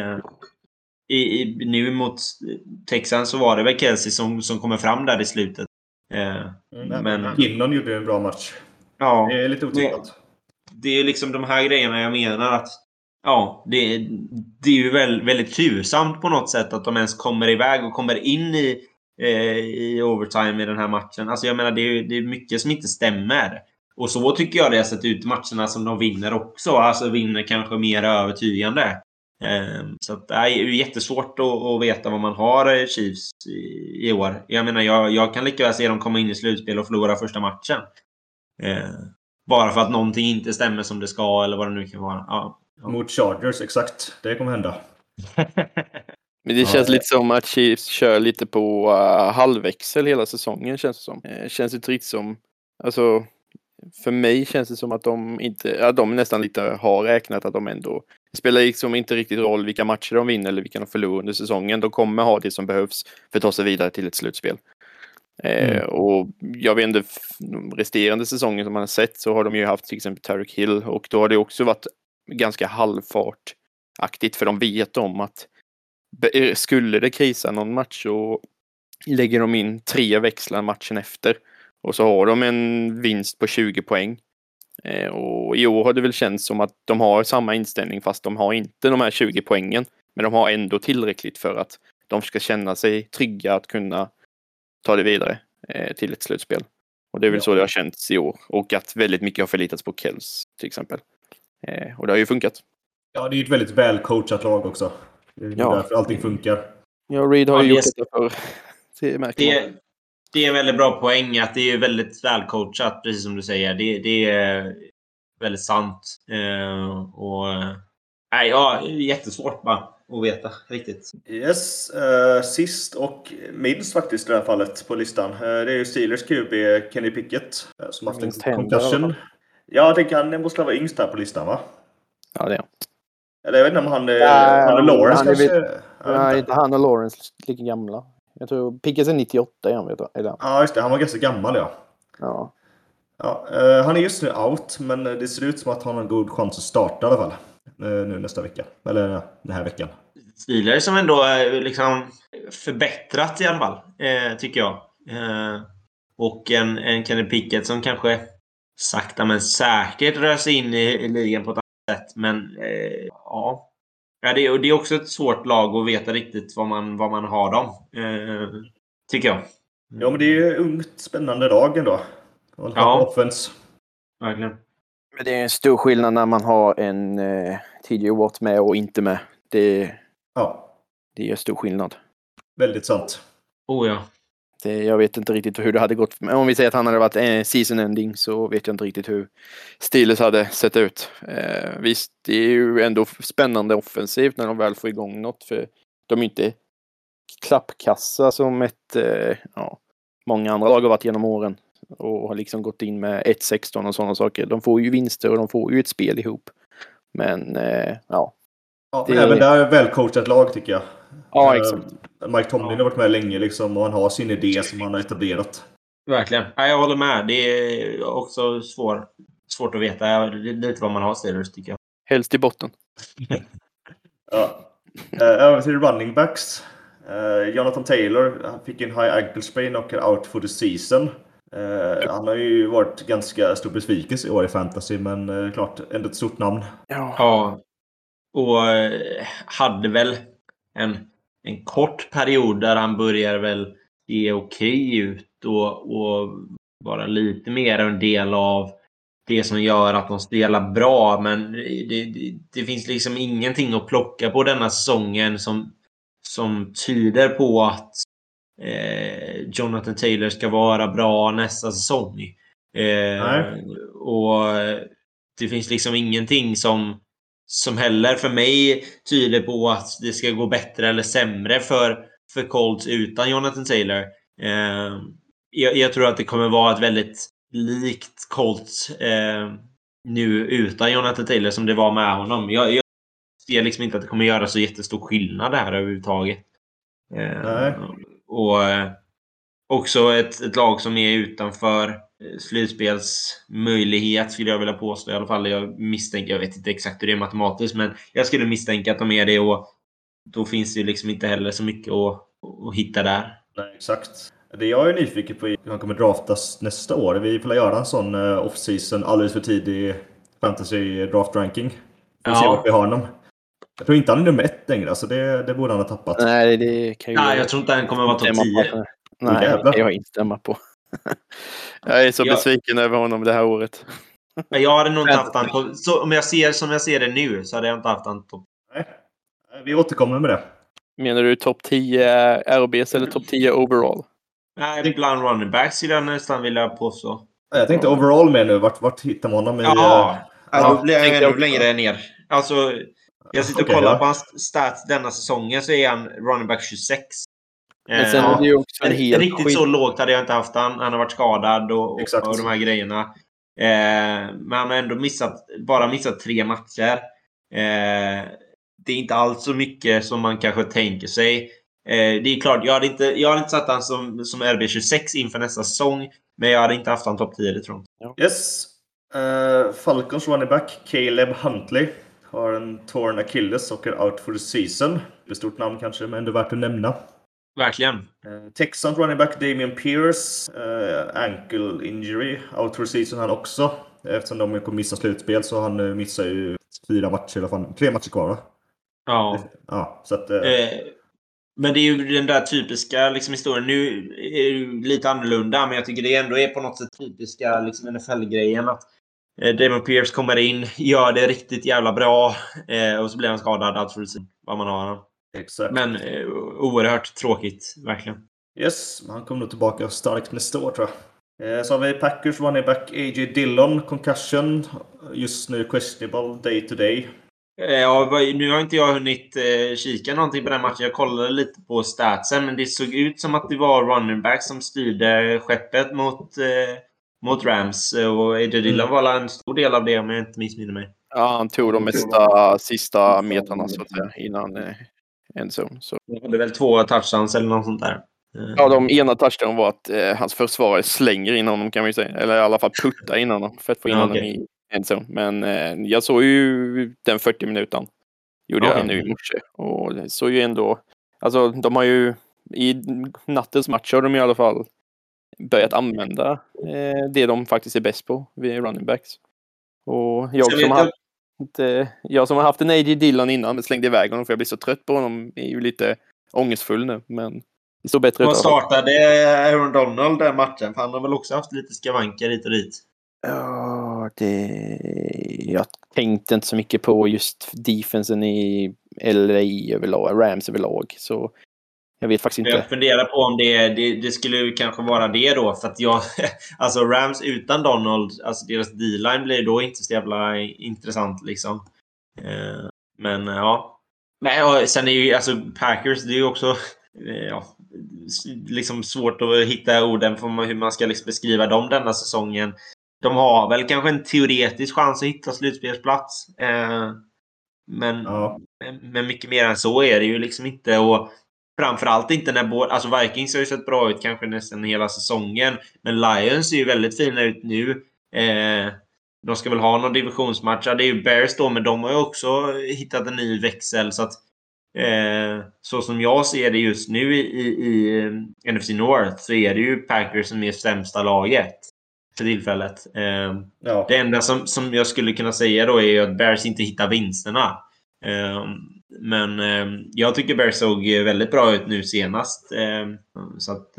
Nu mot Texans så var det väl Kelsey som kommer fram där i slutet. Men Kinnon gjorde en bra match. Ja, det är lite otippat. Det är liksom de här grejerna jag menar att det är ju väldigt tursamt på något sätt att de ens kommer iväg och kommer in i overtime i den här matchen. Alltså jag menar det är mycket som inte stämmer. Och så tycker jag det har sett ut matcherna som de vinner också. Alltså vinner kanske mer övertygande. Så att det är ju jättesvårt att veta vad man har Chiefs i år. Jag menar jag kan lika väl se dem komma in i slutspel och förlora första matchen. Bara för att någonting inte stämmer som det ska eller vad det nu kan vara. Ja. Mot Chargers, exakt. Det kommer hända. Men det känns lite som att Chiefs kör lite på halvväxel hela säsongen, känns det som. Känns det riktigt som, alltså för mig känns det som att de nästan lite har räknat att de ändå spelar liksom inte riktigt roll vilka matcher de vinner eller vilka de förlorar under säsongen. De kommer ha det som behövs för att ta sig vidare till ett slutspel. Och jag vet inte, resterande säsongen som man har sett så har de ju haft till exempel Tyreek Hill och då har det också varit ganska halvfartaktigt för de vet om att skulle det krisa någon match så lägger de in 3 växlar matchen efter och så har de en vinst på 20 poäng. Och i år har det väl känts som att de har samma inställning fast de har inte de här 20 poängen, men de har ändå tillräckligt för att de ska känna sig trygga att kunna ta det vidare till ett slutspel. Och det är väl så det har känts i år. Och att väldigt mycket har förlitats på Kells till exempel. Och det har ju funkat. Ja, det är ju ett väldigt välcoachat lag också. Det är därför allting funkar. Ja, Reed har ju gjort det för. Det är en väldigt bra poäng att det är väldigt välcoachat, precis som du säger. Det är väldigt sant. Jättesvårt bara att veta riktigt. Yes, sist och minst faktiskt i det här fallet på listan. Det är ju Steelers QB Kenny Pickett som har haft en concussion. Ja, jag tänker han måste vara yngst här på listan, va? Ja, det är han. Eller jag vet inte om han är Lawrence kanske. Nej, inte han och Lawrence lika gamla. Jag tror Pickett är 98 igen, vet du. Ja, just det. Han var ganska gammal, ja. Han är just nu out, men det ser ut som att han har en god chans att starta i alla fall. Nu nästa vecka. Eller den här veckan. Steelers som ändå liksom förbättrat i alla fall, tycker jag. Och en Kenny Pickett som kanske sakta men säkert rör sig in i ligan på ett sätt. Men ja. Det är också ett svårt lag att veta riktigt vad man har dem. Tycker jag. Ja, men det är ju ungt, spännande lag ändå. Ja. Offense. Verkligen. Men det är en stor skillnad när man har en TJ Watt med och inte med. Det är stor skillnad. Väldigt sant. Oh ja. Jag vet inte riktigt hur det hade gått. Men om vi säger att han hade varit en season ending så vet jag inte riktigt hur Steelers hade sett ut. Visst, det är ju ändå spännande offensivt när de väl får igång något. För de är inte klappkassa som många andra lag har varit genom åren. Och har liksom gått in med 1-16 och sådana saker. De får ju vinster och de får ju ett spel ihop. Men även där är välcoachat lag tycker jag. Ja, exakt. Mike Tomlin har varit med länge liksom, och han har sin idé som han har etablerat. Verkligen. Ja, jag håller med. Det är också svårt att veta lite vad man har Steelers tycker jag. Helst i botten. Över till running backs. Jonathan Taylor, han fick en high ankle sprain och är out for the season. Han har ju varit ganska stor besvikelse i år i fantasy, men klart ändå ett stort namn. Ja. Och hade väl en kort period där han började väl se okej ut och vara lite mer en del av det som gör att de spelar bra. Men det finns liksom ingenting att plocka på denna säsongen som tyder på att Jonathan Taylor ska vara bra nästa säsong. Och det finns liksom ingenting som heller för mig tyder på att det ska gå bättre eller sämre för Colts utan Jonathan Taylor. Jag tror att det kommer vara ett väldigt likt Colts nu utan Jonathan Taylor som det var med honom. Jag ser liksom inte att det kommer göra så jättestor skillnad här överhuvudtaget. Och också ett lag som är utanför slutspelsmöjlighet skulle jag vilja påstå i alla fall. Jag vet inte exakt hur det är matematiskt, men jag skulle misstänka att de är det, och då finns det ju liksom inte heller så mycket att hitta där. Nej, exakt. Det jag är nyfiken på är hur han kommer draftas nästa år. Vi får göra en sån off-season alldeles för tidig fantasy draft ranking. Får se vart vi har honom. Jag tror inte han är nummer 1 längre, så det borde han ha tappat. Nej, det kan ju... Nej, jag tror inte han kommer vara topp 10. Nej, det kan jag instämma på. Jag är så besviken över honom det här året. Jag hade nog inte haft han som jag ser det nu så hade jag inte haft han topp. Nej, vi återkommer med det. Menar du topp 10 RBs eller topp 10 overall? Nej, bland running backs skulle jag nästan vilja påstå. Jag tänkte overall med nu. Vart hittar man honom? Då blir jag ännu längre ner. Alltså, jag sitter och kollar på hans stats denna säsongen, så är han running back 26. Men sen är det ju också en helt riktigt så lågt hade jag inte haft han. Han har varit skadad och de här grejerna. Men han har ändå bara missat 3 matcher. Det är inte alls så mycket som man kanske tänker sig. Det är klart, jag hade inte satt han som RB26 inför nästa säsong, men jag hade inte haft han topp 10, det tror jag. Yes. Falcons running back Caleb Huntley har en torn Achilles och är out for the season. Det är ett stort namn kanske, men ändå värt att nämna. Verkligen. Texans running back Damian Pierce, ankle injury, out for the season han också. Eftersom de kommer missa slutspel, så han missar ju 4 matcher i alla fall. 3 matcher kvar, va? Ja. Så att, men det är ju den där typiska liksom, historien. Nu är det lite annorlunda, men jag tycker det ändå är på något sätt typiska liksom, NFL-grejen att Damian Pierce kommer in, gör det riktigt jävla bra, och så blir han skadad, allt för vad man har honom. Exakt. Men oerhört tråkigt, verkligen. Yes, han kommer nog tillbaka starkt nästa år, tror jag. Så har vi Packers running back A.J. Dillon, concussion. Just nu questionable day to day. Nu har inte jag hunnit kika någonting på den matchen. Jag kollade lite på statsen, men det såg ut som att det var running back som styrde skeppet mot Rams. Och A.J. Dillon var en stor del av det, om jag inte missminner mig. Ja, han tog de sista metrarna så att säga innan endzone. Så. Det hade väl 2 touchdowns eller något sånt där. Ja, de ena touchdownen var att hans försvarare slänger in honom, kan man ju säga. Eller i alla fall puttar in honom för att få in honom i endzone. Men jag såg ju den 40 minuter. Gjorde jag nu i morse. Och det såg ju ändå... Alltså, de har ju... I nattens match har de i alla fall börjat använda det de faktiskt är bäst på vid running backs. Och jag som har... Jag som har haft en A.J. Dillon innan men slängde iväg honom för jag blir så trött på honom är ju lite ångestfull nu. Men det står bättre ut. Vad startade Aaron Donald den matchen? För han har väl också haft lite skavanker hit och dit. Ja, jag tänkte inte så mycket på just defensen i LA överlag, Rams överlag. Så jag vet faktiskt inte. Jag funderar på om det skulle kanske vara det då. För att alltså Rams utan Donald, alltså deras D-line blir då inte så jävla intressant liksom. Men ja. Men sen är ju alltså Packers, det är ju också liksom svårt att hitta orden för hur man ska liksom beskriva dem denna säsongen. De har väl kanske en teoretisk chans att hitta slutspelsplats. Men mycket mer än så är det ju liksom inte. Och framförallt inte när alltså Vikings har ju sett bra ut kanske nästan hela säsongen. Men Lions är ju väldigt fina ut nu. De ska väl ha någon divisionsmatch. Det är ju Bears då, men de har ju också hittat en ny växel. Så att så som jag ser det just nu i NFC North så är det ju Packers som är sämsta laget för tillfället. Det enda som jag skulle kunna säga då är ju att Bears inte hittar vinsterna. Men jag tycker Bears såg väldigt bra ut nu senast. Så att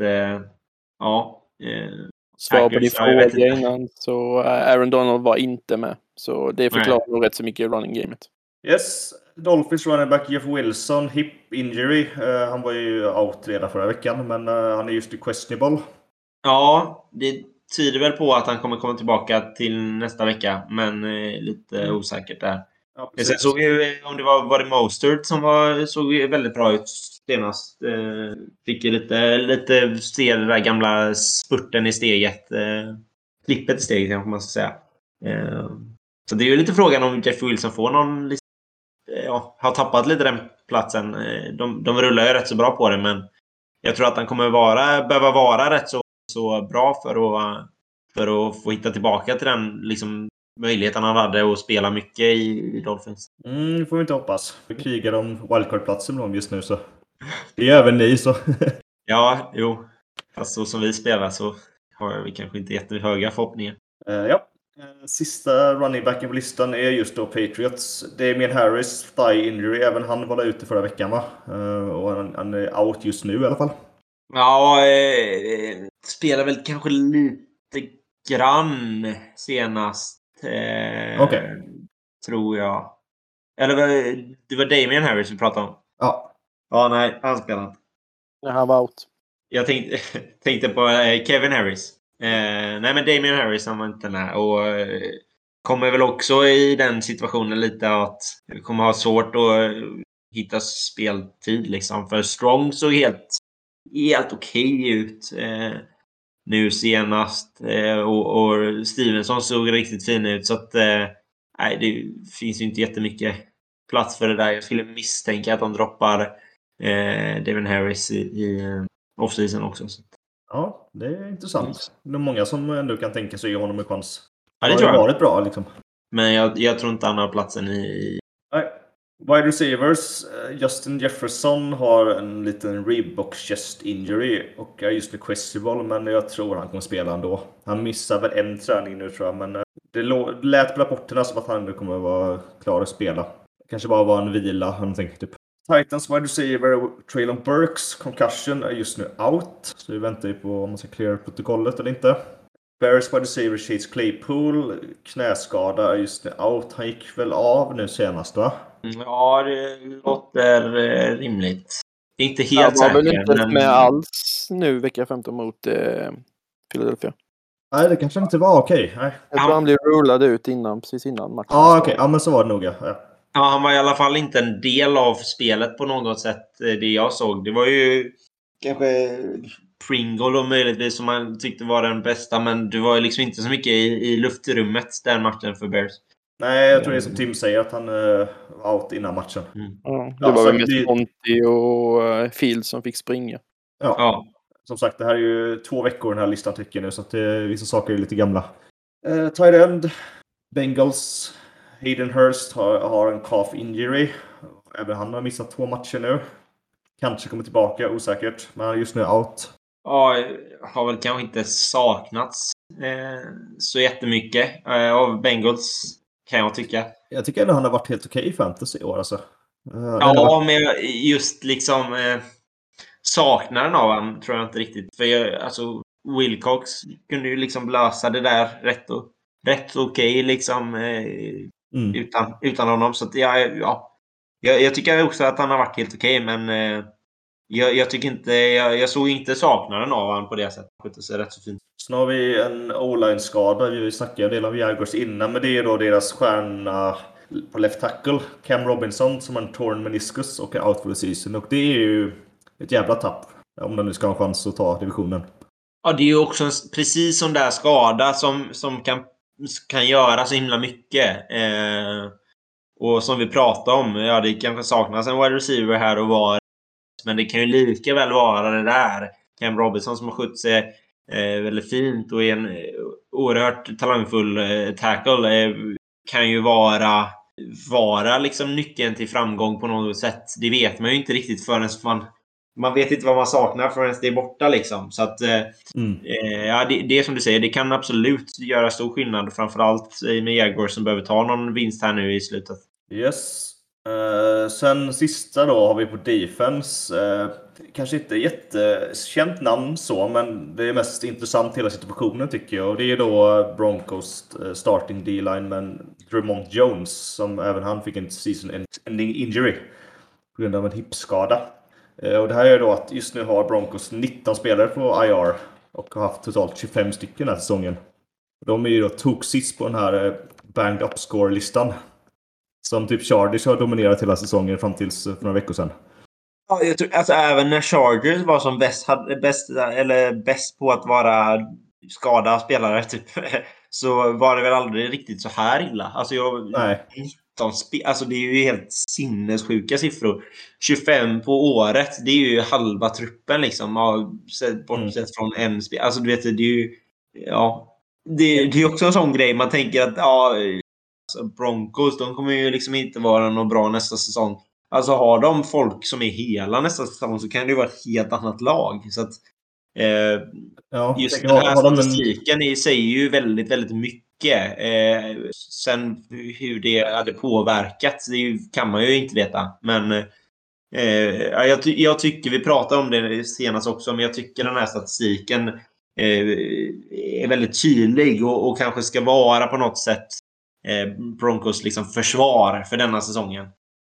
Svar på din fråga innan så Aaron Donald var inte med. Så det förklarar nog rätt så mycket i running gamet. Yes, Dolphins running back Jeff Wilson, hip injury. Han var ju out redan förra veckan, men han är just questionable. Ja, det tyder väl på att han kommer komma tillbaka till nästa vecka, men lite osäkert där. Ja, sen såg ju, om det var det Mostert som såg väldigt bra ut senast. Fick ju lite se det där gamla spurten i steget. Klippet i steget kanske man ska säga. Så det är ju lite frågan om Jeff Wilson får någon har tappat lite den platsen. De rullar ju rätt så bra på det, men jag tror att han kommer behöva vara rätt så bra för att få hitta tillbaka till den liksom möjligheten han hade att spela mycket i Dolphins. Får vi inte hoppas. Vi krigar om wildcard-platsen med dem just nu så. Det är även ni så. Ja, jo. Fast så som vi spelar så har vi kanske inte jättehöga förhoppningar. Sista running backen på listan är just då Patriots. Damien Harris, thigh injury. Även han var ute förra veckan va? Och han är out just nu i alla fall. Ja, spelar väl kanske lite grann senast. Tror jag. Eller det var Damien Harris vi pratade om. Ja. Ja, nej, han spelar inte. Han var out. Jag tänkte på Kevin Harris. Nej, men Damien Harris han var inte med. Och kommer väl också i den situationen lite att vi kommer ha svårt att hitta speltid liksom. För Strong såg helt okej ut nu senast. Och Stevenson såg riktigt fin ut. Så att nej, det finns ju inte jättemycket plats för det där. Jag skulle misstänka att de droppar Damien Harris i off-season också. Så. Ja, det är intressant. Det är många som ändå kan tänka sig ge honom en chans. Ja, det tror jag. Har varit bra liksom. Men jag tror inte han har platsen i... Nej. Wide receivers, Justin Jefferson har en liten rib och chest injury och är just nu questionable, men jag tror han kommer spela ändå. Han missar väl en träning nu tror jag, men det lät på rapporterna som att han nu kommer vara klar att spela. Kanske bara var en vila, han tänker typ. Titans wide receiver Traylon Burks concussion är just nu out. Så vi väntar ju på om man ska clear protokollet eller inte. Bears wide receiver Chase Claypool knäskada är just nu out. Han gick väl av nu senast va? Ja, det låter rimligt. Det är inte helt säkert. Han var väl inte med alls nu vecka 15 mot Philadelphia. Nej, det kanske inte var okej. Nej. Jag tror han blev rullad ut precis innan matchen. Ja, okej. Ja, men så var det nog. Ja. Ja, han var i alla fall inte en del av spelet på något sätt, det jag såg. Det var ju kanske Pringle och möjligtvis som man tyckte var den bästa, men det var ju liksom inte så mycket i luftrummet den matchen för Bears. Nej, jag tror det är som Tim säger att han var out innan matchen. Ja, det var väl mest Monty och Field som fick springa. Ja. Som sagt, det här är ju 2 veckor den här listan tycker nu, så att vissa saker är lite gamla. Tight end, Bengals, Hayden Hurst har en calf injury. Även han har missat 2 matcher nu. Kanske kommer tillbaka, osäkert. Men han är just nu out. Ja, har väl kanske inte saknats så jättemycket av Bengals kan jag tycka. Jag tycker ändå han har varit helt okej i fantasy i år alltså. Ja, men just liksom saknaden av han tror jag inte riktigt. För alltså Wilcox kunde ju liksom lösa det där rätt okej liksom utan honom. Så att jag tycker också att han har varit helt okej, men jag tycker inte, jag såg inte saknaden av han på det sättet. Det är rätt så fint. Sen har vi en O-line-skada. Vi snackade en del om Jaguars innan, men det är då deras stjärna på left tackle, Cam Robinson, som har en torn meniscus och är out for the season. Och det är ju ett jävla tapp om de nu ska ha en chans att ta divisionen. Ja, det är ju också precis som där skada som kan göra så himla mycket. Och som vi pratade om, ja, det kanske saknas en wide receiver här och var. Men det kan ju lika väl vara det där. Cam Robinson som har skött sig väldigt fint och är en oerhört talangfull tackle kan ju vara liksom nyckeln till framgång på något sätt. Det vet man ju inte riktigt förrän man vet inte vad man saknar förrän det är borta liksom. Så att ja, det är som du säger, det kan absolut göra stor skillnad, framförallt med Jaguars som behöver ta någon vinst här nu i slutet. Yes. Sen sista då har vi på defense. Kanske inte jättekänt namn så, men det är mest intressant hela situationen tycker jag. Och det är då Broncos starting D-line med Dremont Jones, som även han fick en season-ending injury på grund av en hipskada. Och det här är då att just nu har Broncos 19 spelare på IR och har haft totalt 25 stycken den här säsongen. De är ju då toksist på den här banged up score-listan. Som typ Chargers har dominerat hela säsongen fram tills för några veckor sedan. Ja, jag tror, alltså, även när Chargers var som bäst på att vara skada spelare typ, så var det väl aldrig riktigt så här illa. Alltså, Nej. 19 alltså det är ju helt sinnessjuka siffror. 25 på året, det är ju halva truppen liksom. Bortsett från en spel. Alltså du vet, det är ju... Ja, det är också en sån grej. Man tänker att alltså, Broncos, de kommer ju liksom inte vara något bra nästa säsong. Alltså har de folk som är hela nästa säsong så kan det ju vara ett helt annat lag. Så att just den här statistiken säger ju väldigt, väldigt mycket. Sen hur det hade påverkat, det kan man ju inte veta. Men jag tycker, vi pratade om det senast också, men jag tycker den här statistiken är väldigt tydlig och kanske ska vara på något sätt Broncos liksom försvar för denna säsongen.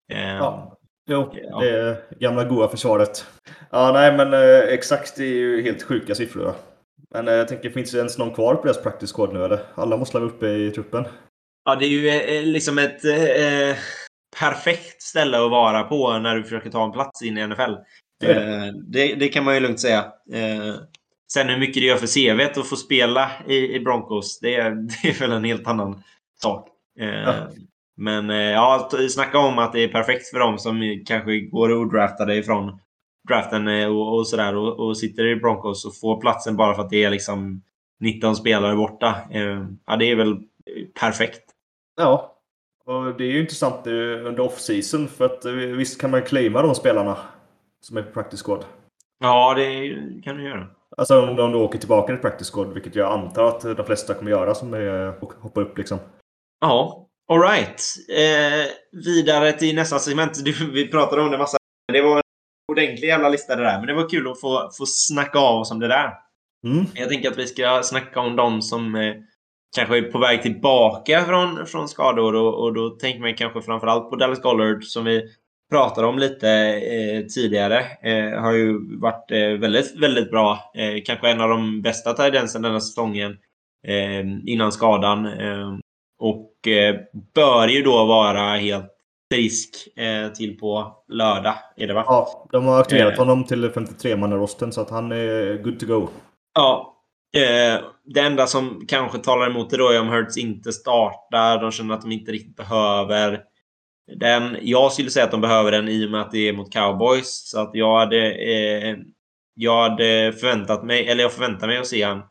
Det gamla goda försvaret. Ja, nej, men exakt, det är ju helt sjuka siffror då. Men jag tänker, finns det ens någon kvar på deras practice squad nu eller? Alla måste vara uppe i truppen. Ja, det är ju liksom ett perfekt ställe att vara på när du försöker ta en plats in i NFL. Det kan man ju lugnt säga. Sen hur mycket det gör för CV:t att få spela i Broncos, det är väl en helt annan sak. Men snacka om att det är perfekt för dem som kanske går odraftade ifrån draften och sådär och sitter i Broncos och får platsen bara för att det är liksom 19 spelare borta. Ja, det är väl perfekt. Ja, och det är ju intressant nu under off-season, för att visst kan man claima de spelarna som är på practice squad. Ja, det kan du göra. Alltså om de då åker tillbaka till practice squad, vilket jag antar att de flesta kommer göra som hoppar upp liksom. Ja, all right. Vidare till nästa segment. Vi pratade om det massa. Det var en ordentlig jävla lista det där, men det var kul att få snacka av oss om det där. Jag tänker att vi ska snacka om de som kanske är på väg tillbaka från skador, och då tänker man kanske framförallt på Dallas Goedert som vi pratade om lite tidigare. Har ju varit väldigt, väldigt bra. Kanske en av de bästa tight-endsen denna säsongen innan skadan. Och bör ju då vara helt frisk till på lördag, är det va? Ja, de har aktiverat honom till 53-mannarosten så att han är good to go. Ja. Det enda som kanske talar emot det då är om Hurts inte startar. De känner att de inte riktigt behöver den. Jag skulle säga att de behöver den i och med att det är mot Cowboys. Så att jag hade förväntat mig, eller jag förväntar mig att se han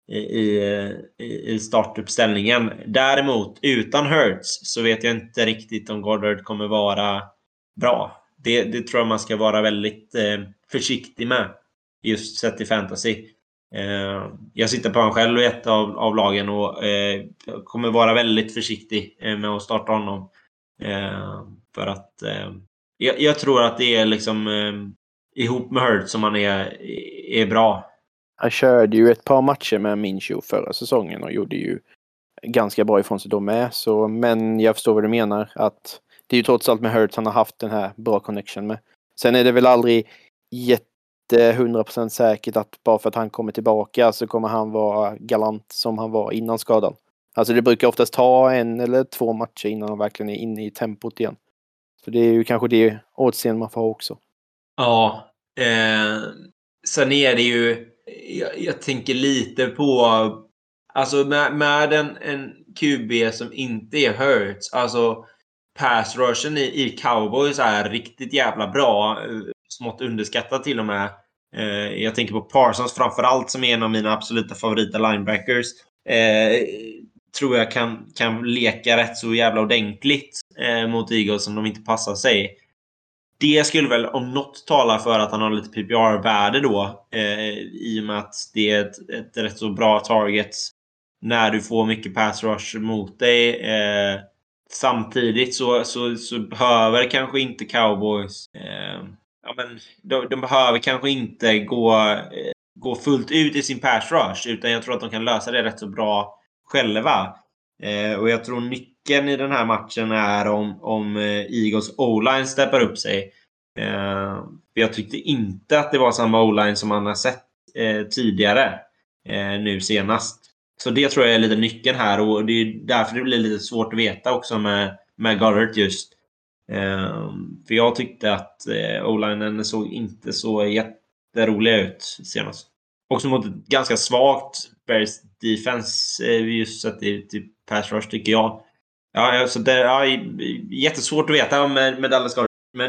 i startuppställningen. Däremot utan Hurts så vet jag inte riktigt om Goddard kommer vara bra. Det tror jag man ska vara väldigt försiktig med, just sett i fantasy. Jag sitter på honom själv i ett av lagen och kommer vara väldigt försiktig med att starta honom. För att jag tror att det är liksom ihop med Hurts som han är bra. Han körde ju ett par matcher med Minshew förra säsongen och gjorde ju ganska bra ifrån sig då med. Så, men jag förstår vad du menar. Att det är ju trots allt med Hurts han har haft den här bra connection med. Sen är det väl aldrig 100% säkert att bara för att han kommer tillbaka så kommer han vara galant som han var innan skadan. Alltså det brukar oftast ta 1 eller 2 matcher innan han verkligen är inne i tempot igen. Så det är ju kanske det återseende man får ha också. Ja. Sen är det ju... Jag tänker lite på... Alltså med en QB som inte är Hurts. Alltså pass rushen i Cowboys är riktigt jävla bra. Smått underskattat till och med. Jag tänker på Parsons framförallt som är en av mina absoluta favorita linebackers. Tror jag kan leka rätt så jävla ordentligt mot Eagles som de inte passar sig. Det skulle väl om något tala för att han har lite PPR-värde då. I och med att det är ett rätt så bra target när du får mycket pass rush mot dig. Samtidigt så behöver kanske inte Cowboys... de behöver kanske inte gå fullt ut i sin pass rush. Utan jag tror att de kan lösa det rätt så bra själva. Och jag tror nyckeln i den här matchen är om Eagles O-line steppar upp sig. Jag tyckte inte att det var samma O-line som man har sett tidigare nu senast. Så det tror jag är lite nyckeln här. Och det är därför det blir lite svårt att veta också med Goddard just. För jag tyckte att O-linen såg inte så jätterolig ut senast. Också mot ett ganska svagt Bears defense just sett till pass rush tycker jag. Ja, så det är jättesvårt att veta med Dallas Goddard. Men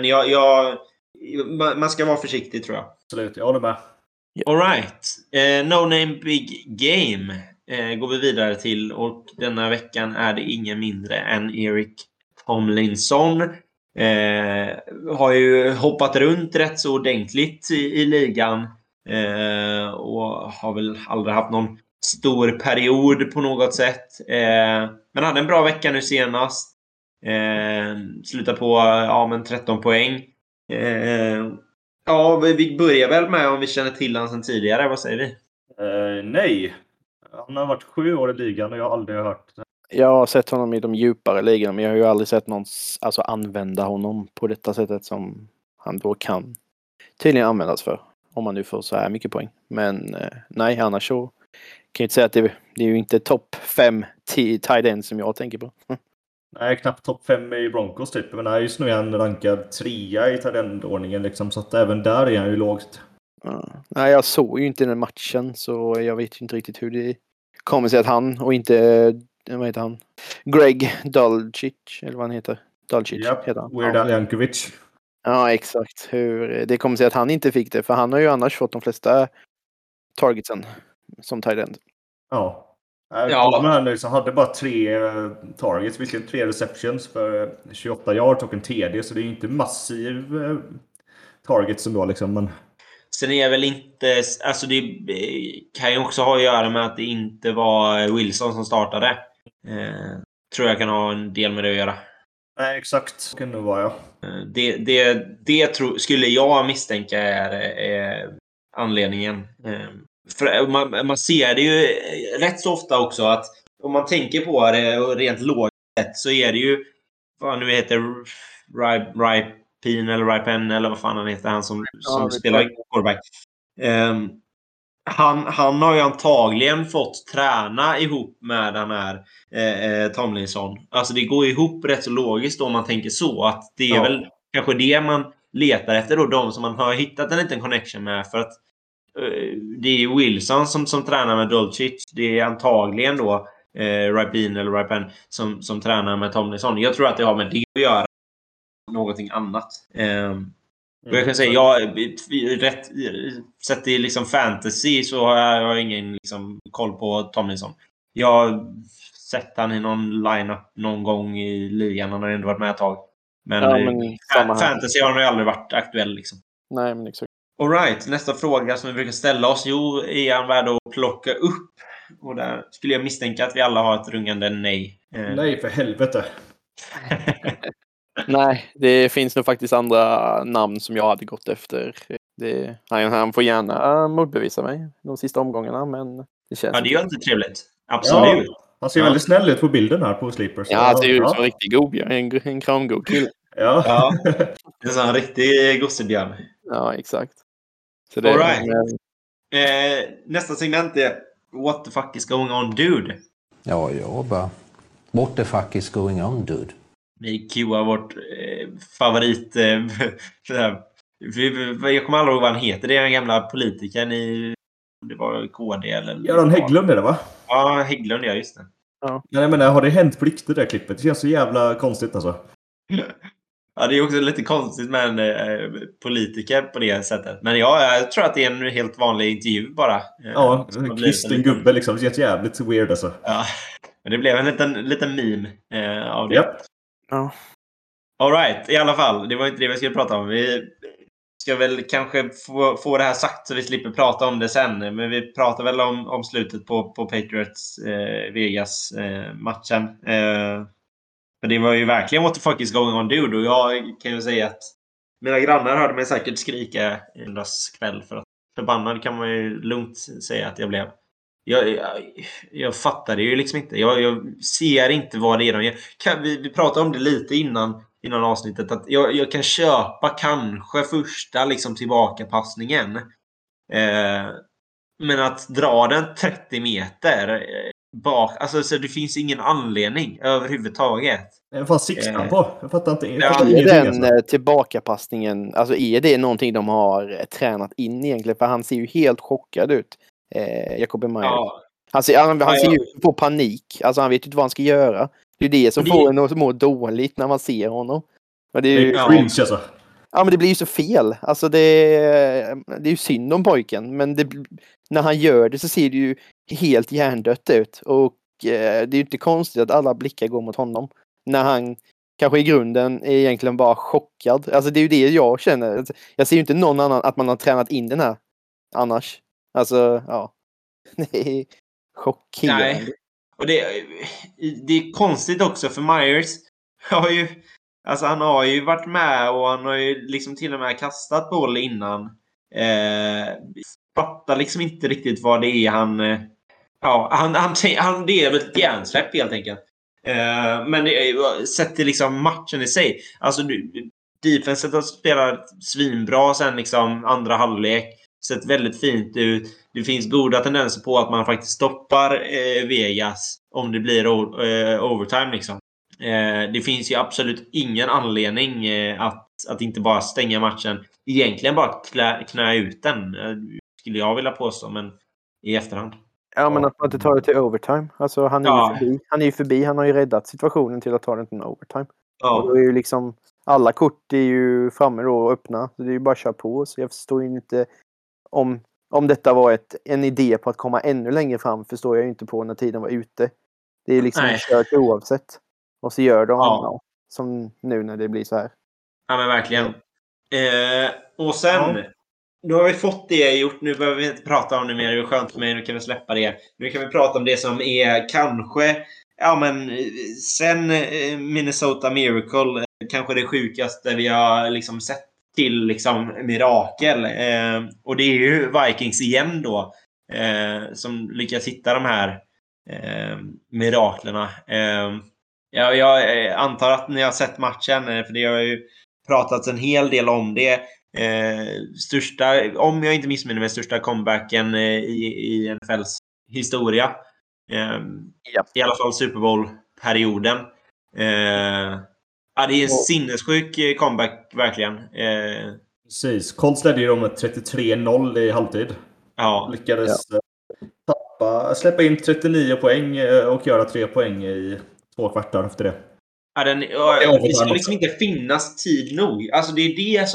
man ska vara försiktig tror jag. Absolut, jag håller med. All right. No Name Big Game går vi vidare till. Och denna veckan är det ingen mindre än Eric Tomlinson. Har ju hoppat runt rätt så ordentligt i ligan. Och har väl aldrig haft någon stor period på något sätt. Men hade en bra vecka nu senast. Slutar på 13 poäng. Vi börjar väl med om vi känner till han sedan tidigare. Vad säger vi? Nej. Han har varit 7 år i ligan och jag har aldrig hört. Jag har sett honom i de djupare ligorna men jag har ju aldrig sett någon använda honom på detta sättet som han då kan tydligen användas för. Om man nu får så här mycket poäng. Men nej, annars så kan jag inte säga att det är ju inte topp 5 tight end som jag tänker på. Nej, knappt topp 5 i Broncos typ. Men just nu är han rankad 3 i tight end-ordningen liksom. Så att även där är han ju lågt. Nej, jag såg ju inte den matchen så jag vet inte riktigt hur det kommer sig att han och inte, vad heter han? Greg Dulcich, eller vad han heter. Dulcich heter han. Weird Al Yankovic. Ja, exakt. Hur det kommer sig att han inte fick det. För han har ju annars fått de flesta targetsen som tight end. Ja. Ja. Men han liksom hade bara 3 targets, vilket 3 receptions för 28 yards och en TD. Så det är inte massiv targets som då liksom. Men... Sen är jag väl inte... Alltså det kan ju också ha att göra med att det inte var Wilson som startade. Tror jag kan ha en del med det att göra. Nej, exakt. Det kan nog vara, ja. Det skulle jag misstänka är anledningen. För man ser det ju rätt så ofta också att om man tänker på det och rent logiskt så är det ju vad nu heter Ripien eller Ripen eller vad fan han heter, han som spelar quarterback. Han har ju antagligen fått träna ihop med den här Tomlinson. Alltså det går ihop rätt så logiskt om man tänker så. Att det är väl kanske det man letar efter då. De som man har hittat en liten connection med. För att det är Wilson som tränar med Dulcich. Det är antagligen då Ripien eller Ripen som tränar med Tomlinson. Jag tror att det har med det att göra. Någonting annat. Och jag kan säga, sett i liksom fantasy så har jag ingen liksom koll på Tomlinson. Jag har sett han i någon lineup någon gång i ligan. Han har ändå varit med ett tag. Men fantasy har han ju aldrig varit aktuell liksom. Nej, men exakt. All right, nästa fråga som vi brukar ställa oss. Jo, är han värd att plocka upp? Och där skulle jag misstänka att vi alla har ett rungande nej. Nej, för helvete. Nej, det finns nog faktiskt andra namn som jag hade gått efter. Han får gärna motbevisa mig de sista omgångarna, men det känns Ja, det är ju inte trevligt. Ja, Absolut. han ser väldigt snäll ut på bilden här på Sleepers. Ja, han ser ut som en riktig godbjörn. En kramgod kille. Ja. En sån riktig gossebjörn. Ja, exakt. Så All right. Nästa segment är What the fuck is going on, dude? Ja, jag bara... What the fuck is going on, dude? Vi cuear vårt favorit... jag kommer aldrig ihåg vad han heter. Det är den gamla politikern i... Det var KD eller... Göran Hägglund är det, va? Ja, Hägglund, ja, just det. Ja. Nej, men har det hänt på riktigt det där klippet? Det känns så jävla konstigt alltså. Ja, det är också lite konstigt med en politiker på det sättet. Men jag tror att det är en helt vanlig intervju bara. Ja, en kristen gubbe liksom. Det känns jävligt weird alltså. Ja, men det blev en liten meme av det. Yep. Ja. All right, i alla fall. Det var inte det vi skulle prata om. Vi ska väl kanske få det här sagt så vi slipper prata om det sen. Men vi pratar väl om slutet på Patriots Vegas-matchen. För det var ju verkligen what the fuck is going on, dude. Och jag kan ju säga att mina grannar hörde mig säkert skrika i kväll. För att förbannad kan man ju lugnt säga att jag blev. Jag fattar det ju liksom inte. Jag ser inte vad det är de gör. Vi pratade om det lite innan avsnittet. Att jag kan köpa kanske första liksom tillbakapassningen. Men att dra den 30 meter bak. Alltså så det finns ingen anledning överhuvudtaget. Vad fan siktar på? Jag fattar inte. Den tillbakapassningen, alltså är det någonting de har tränat in egentligen? För han ser ju helt chockad ut. Jacob Meyer. Ja. Han ser ju på panik. Alltså han vet ju inte vad han ska göra. Det är det som får en att må dåligt när man ser honom. Men det är ju cringe alltså. Ja, men det blir ju så fel. Alltså det är ju synd om pojken. Men när han gör det så ser det ju helt hjärndött ut. Och det är ju inte konstigt att alla blickar går mot honom. När han kanske i grunden är egentligen bara chockad. Alltså det är ju det jag känner. Jag ser ju inte någon annan att man har tränat in den här annars. Alltså, ja. Det är chockerande. Nej. Och det är konstigt också för Myers han har ju varit med och han har ju liksom till och med kastat boll innan. Fattar liksom inte riktigt vad det är han det är väl ett hjärnsläpp helt enkelt. Men sätter liksom matchen i sig. Alltså defenset har spelat svinbra sen liksom andra halvlek. Sett väldigt fint ut. Det finns goda tendenser på att man faktiskt stoppar Vegas om det blir overtime liksom. Det finns ju absolut ingen anledning att inte bara stänga matchen. Egentligen bara knä ut den. Skulle jag vilja påstå, men i efterhand. Ja, men att man inte tar det till overtime. Alltså han är ju förbi. Han har ju räddat situationen till att ta den till overtime. Ja. Och då är ju liksom alla kort är ju framme då och öppna. Så det är ju bara att köra på. Så jag förstår ju inte om detta var en idé på att komma ännu längre fram, förstår jag ju inte på när tiden var ute. Det är liksom kört oavsett. Och så gör de som nu när det blir så här. Ja, men verkligen. Och sen nu har vi fått det gjort. Nu behöver vi inte prata om det mer. Det är skönt för mig. Nu kan vi släppa det. Nu kan vi prata om det som är kanske sen Minnesota Miracle kanske det sjukaste vi har liksom sett till liksom mirakel. Och det är ju Vikings igen då som lyckas hitta de här miraklerna. Jag antar att ni har sett matchen, för det har ju pratats en hel del om det. Största, om jag inte missminner mig, största comebacken i NFLs historia. I alla fall Super Bowl-perioden. Det är en sinnessjuk comeback, verkligen. Precis. Colts ledde ju med 33-0 i halvtid. Ja. Lyckades släppa in 39 poäng och göra 3 poäng i 2 kvartar efter det. Det ska liksom inte finnas tid nog. Alltså det är det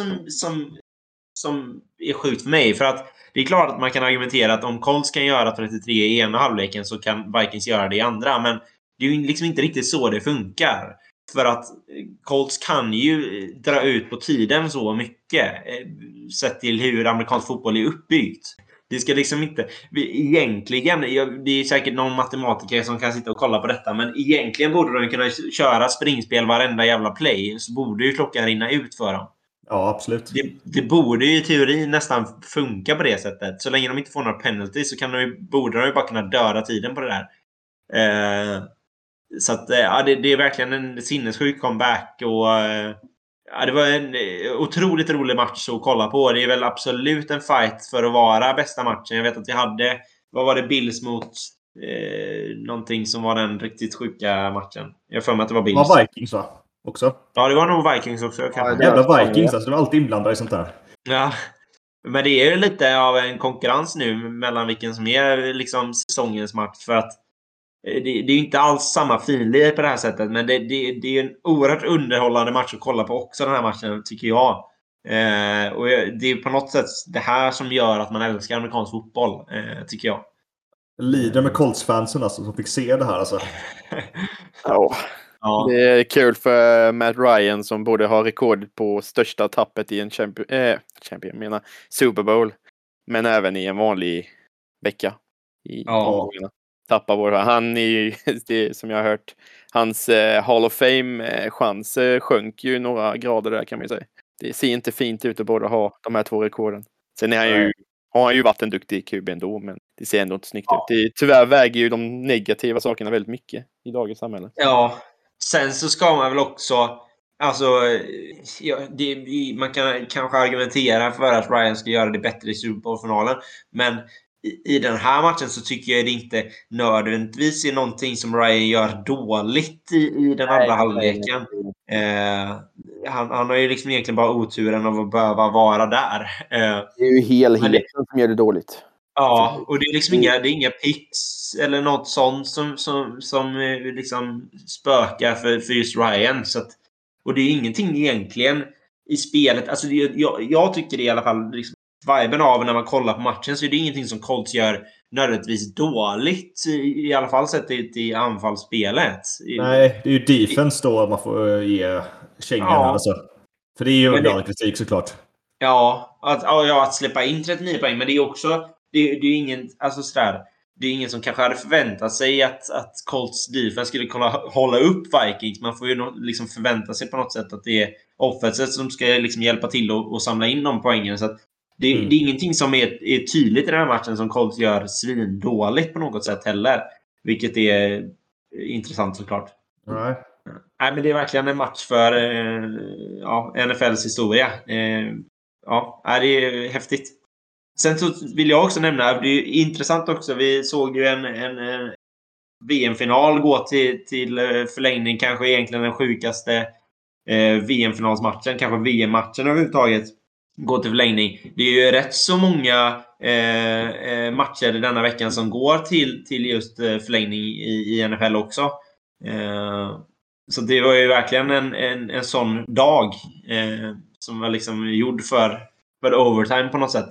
som är sjukt för mig. För att det är klart att man kan argumentera att om Colts kan göra 33 i ena halvleken så kan Vikings göra det i andra. Men det är ju liksom inte riktigt så det funkar. För att Colts kan ju dra ut på tiden så mycket sett till hur amerikansk fotboll är uppbyggt. Det ska liksom inte... Egentligen, det är säkert någon matematiker som kan sitta och kolla på detta, men egentligen borde de kunna köra springspel varenda jävla play, så borde ju klockan rinna ut för dem. Ja, absolut. Det borde ju i teorin nästan funka på det sättet. Så länge de inte får några penalty så borde de ju bara kunna döda tiden på det där. Så att ja, det är verkligen en sinnessjuk comeback. Och ja, det var en otroligt rolig match att kolla på. Det är väl absolut en fight för att vara bästa matchen. Jag vet att vi hade, vad var det, Bills mot någonting som var den riktigt sjuka matchen. Jag får mig att det var Bills. Det var Vikings, va? Också. Ja, det var nog Vikings också. Jävla Vikings, alltså de är alltid inblandade i sånt där. Ja, men det är ju lite av en konkurrens nu mellan vilken som är liksom säsongens match. För att det är ju inte alls samma finlir på det här sättet. Men det är en oerhört underhållande match att kolla på också, den här matchen, tycker jag. Och det är på något sätt det här som gör att man älskar amerikansk fotboll, tycker jag. Lider med Colts-fansen alltså, som fick se det här alltså. Ja. Det är kul för Matt Ryan som borde ha rekordet på största tappet i en Super Bowl. Men även i en vanlig vecka. Tappar både. Han är det som jag har hört. Hans Hall of Fame-chans sjönk ju några grader där, kan man ju säga. Det ser inte fint ut att båda ha de här 2 rekorden. Sen har han ju varit en duktig QB ändå, men det ser ändå inte snyggt ut. Tyvärr väger ju de negativa sakerna väldigt mycket i dagens samhälle. Ja, sen så ska man väl också, alltså, man kan kanske argumentera för att Ryan ska göra det bättre i Super Bowl-finalen, men i den här matchen så tycker jag det inte nödvändigtvis är någonting som Ryan gör dåligt i den andra halvleken. Han har ju liksom egentligen bara oturen av att behöva vara där. Det är ju helheten som gör det dåligt. Ja, och det är liksom inga picks eller något sånt som liksom spökar för just Ryan. Så att, och det är ingenting egentligen i spelet. Alltså jag tycker det i alla fall, liksom, viben av när man kollar på matchen, så är det ingenting som Colts gör nödvändigtvis dåligt, i alla fall sett i anfallsspelet. Nej, det är ju defense då man får ge kängan alltså. För det är ju bra kritik såklart. Ja, att släppa in 39 poäng, men det är också det är ingen, alltså sådär, det är ingen som kanske hade förväntat sig att Colts defense skulle kunna hålla upp Vikings. Man får ju liksom förvänta sig på något sätt att det är offenset som ska liksom hjälpa till och samla in de poängen. Så att det är ingenting som är tydligt i den här matchen som Colts gör svindåligt på något sätt heller. Vilket är intressant såklart. Nej, men det är verkligen en match för NFLs historia. Det är häftigt. Sen så vill jag också nämna, det är intressant också, vi såg ju en VM-final gå till förlängning, kanske egentligen den sjukaste VM-finalsmatchen, kanske VM-matchen överhuvudtaget, gå till förlängning. Det är ju rätt så många matcher denna veckan som går till just förlängning i NFL också. Så det var ju verkligen en sån dag som var liksom gjord för overtime på något sätt.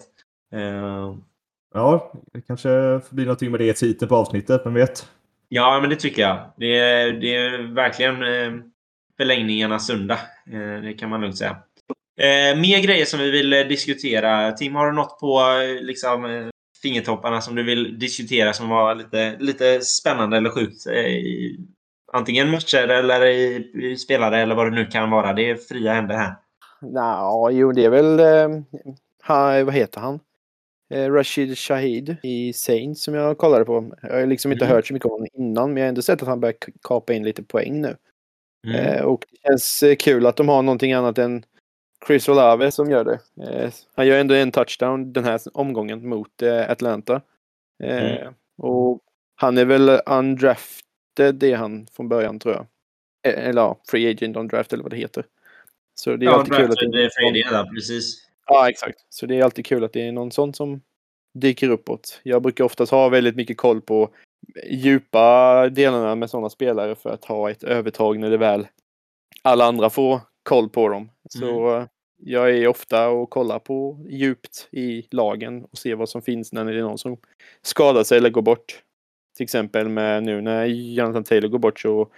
Ja, det kanske blir någonting med det i titeln på avsnittet, men vet. Ja, men det tycker jag. Det är verkligen förlängningarnas söndag. Det kan man lugnt säga. Mer grejer som vi vill diskutera. Tim, har du något på liksom fingertopparna som du vill diskutera som var lite spännande eller sjukt? Antingen matcher eller i spelare eller vad det nu kan vara. Det är fria händer här. Det är väl vad heter han? Rashid Shaheed i Saints som jag kollade på. Jag har liksom inte hört så mycket om honom innan, men jag har ändå sett att han börjar kapa in lite poäng nu. Och det känns kul att de har någonting annat än Chris Olave som gör det. Han gör ändå en touchdown den här omgången mot Atlanta. Och han är väl undrafted, det är han från början, tror jag. Eller free agent undrafted eller vad det heter. Så det är alltid kul att det är free agent, precis. Ja, exakt. Så det är alltid kul att det är någon sån som dyker uppåt. Jag brukar oftast ha väldigt mycket koll på djupa delarna med sådana spelare för att ha ett övertag när det väl alla andra får koll på dem. Så jag är ofta och kollar på djupt i lagen och ser vad som finns när det är någon som skadar sig eller går bort. Till exempel med nu när Jonathan Taylor går bort, så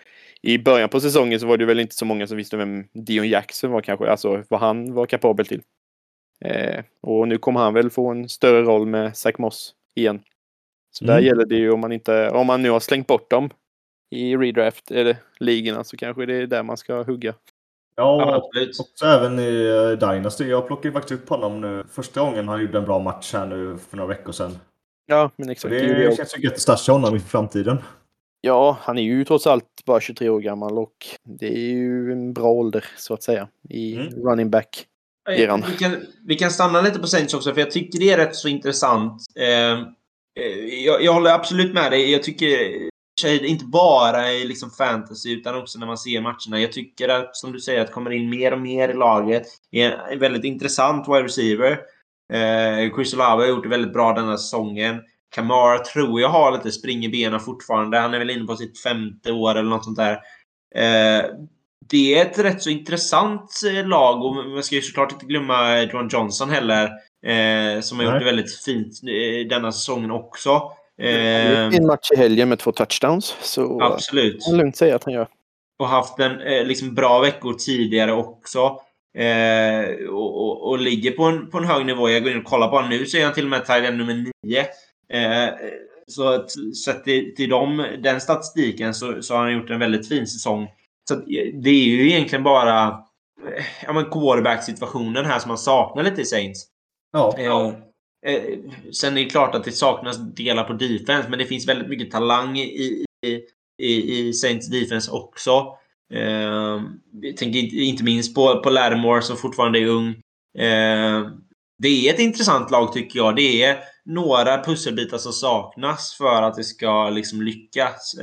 i början på säsongen så var det väl inte så många som visste vem Dion Jackson var kanske. Alltså vad han var kapabel till. Och nu kommer han väl få en större roll med Zach Moss igen. Så där gäller det ju om man nu har slängt bort dem i redraft eller ligorna så kanske det är där man ska hugga. Ja, absolut. Också även i Dynasty. Jag plockade ju faktiskt upp honom nu. Första gången han gjorde en bra match här nu för några veckor sedan. Ja, men exakt. Det känns ju gött att stasha honom i framtiden. Ja, han är ju trots allt bara 23 år gammal och det är ju en bra ålder så att säga i running back. Vi kan stanna lite på Saints också för jag tycker det är rätt så intressant. Jag håller absolut med dig. Jag tycker inte bara i liksom fantasy utan också när man ser matcherna. Jag tycker att, som du säger, att kommer in mer och mer i laget. Är en väldigt intressant wide receiver. Chris Olave har gjort det väldigt bra denna säsongen. Kamara tror jag har lite spring i benen fortfarande. Han är väl inne på sitt 5:e år eller något sånt där. Det är ett rätt så intressant lag och man ska ju såklart inte glömma Dwayne Johnson heller. Som har gjort det väldigt fint denna säsongen också. En match i helgen med 2 touchdowns. Så absolut. Jag lugnt säga att han gör. Och haft en liksom bra veckor tidigare också. Och ligger på en hög nivå. Jag går in och kollar på honom nu så är han till och med tight end nummer 9. Så sett till den statistiken så har han gjort en väldigt fin säsong. Så det är ju egentligen bara quarterback-situationen här som man saknar lite i Saints. Ja. Sen är det klart att det saknas delar på defense, men det finns väldigt mycket talang i Saints defense också. Jag tänker inte minst på Lattimore som fortfarande är ung. Det är ett intressant lag tycker jag. Det är några pusselbitar som saknas för att det ska liksom lyckas.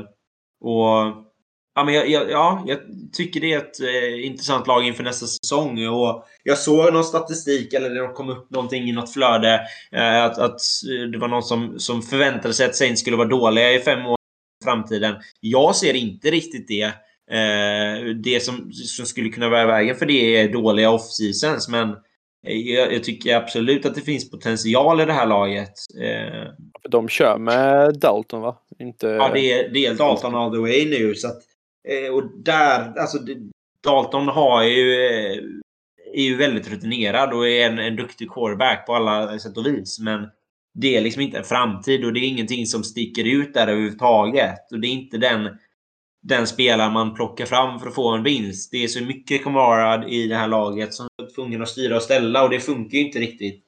Jag tycker det är ett intressant lag inför nästa säsong. Och jag såg någon statistik eller det kom upp någonting i något flöde att det var någon som förväntade sig att Saints skulle vara dåliga i 5 år i framtiden. Jag ser inte riktigt det. Det som skulle kunna vara i vägen för det är dåliga off-seasons, men jag tycker absolut att det finns potential i det här laget. De kör med Dalton, va? Ja, det är Dalton all the way nu. Så att, och där, alltså Dalton är ju väldigt rutinerad och är en duktig quarterback på alla sätt och vis. Men det är liksom inte en framtid och det är ingenting som sticker ut där överhuvudtaget. Och det är inte den spelare man plockar fram för att få en vinst. Det är så mycket Kamara i det här laget som är tvungen att styra och ställa och det funkar ju inte riktigt.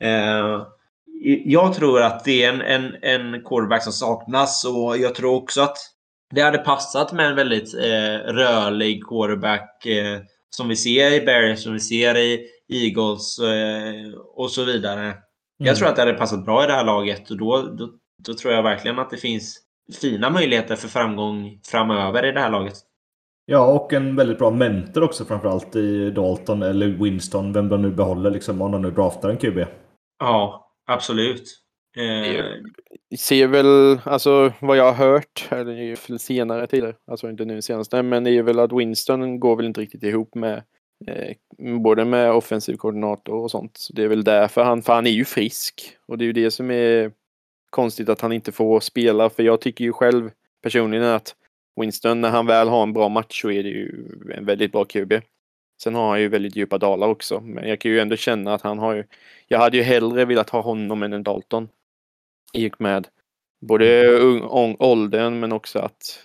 Jag tror att det är en quarterback som saknas och jag tror också att det hade passat med en väldigt rörlig quarterback som vi ser i Bears, som vi ser i Eagles och så vidare. Jag tror att det hade passat bra i det här laget och då tror jag verkligen att det finns fina möjligheter för framgång framöver i det här laget. Ja, och en väldigt bra mentor också framförallt i Dalton eller Winston, vem de nu behåller liksom, om de nu draftar en QB. Ja, absolut. Ser väl, alltså vad jag har hört, eller senare tidigare, alltså inte nu senaste, men det är väl att Winston går väl inte riktigt ihop med både med offensiv koordinator och sånt. Så det är väl därför för han är ju frisk och det är ju det som är konstigt att han inte får spela, för jag tycker ju själv personligen att Winston, när han väl har en bra match så är det ju en väldigt bra QB. Sen har han ju väldigt djupa dalar också, men jag kan ju ändå känna att jag hade ju hellre velat ha honom än en Dalton. Gick med både åldern men också att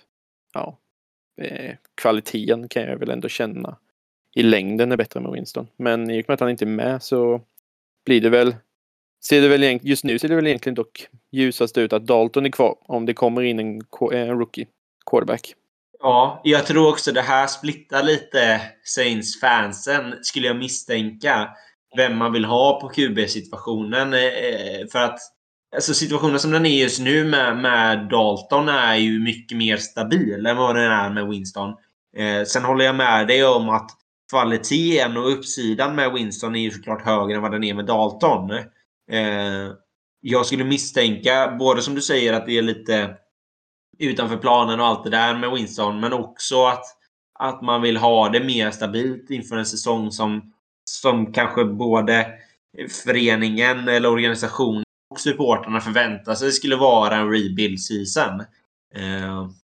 kvaliteten kan jag väl ändå känna i längden är bättre med Winston. Men i och med att han inte är med så blir det väl just nu ser det väl egentligen dock ljusast ut att Dalton är kvar om det kommer in en rookie quarterback. Ja, jag tror också det här splittar lite Saints-fansen, skulle jag misstänka, vem man vill ha på QB-situationen. För att alltså, situationen som den är just nu med Dalton är ju mycket mer stabil än vad den är med Winston. Sen håller jag med dig om att kvaliteten och uppsidan med Winston är ju såklart högre än vad den är med Dalton. Jag skulle misstänka, både som du säger att det är lite utanför planen och allt det där med Winston, men också att man vill ha det mer stabilt inför en säsong som kanske både föreningen eller organisationen och supporterna förväntar sig skulle vara en rebuild season.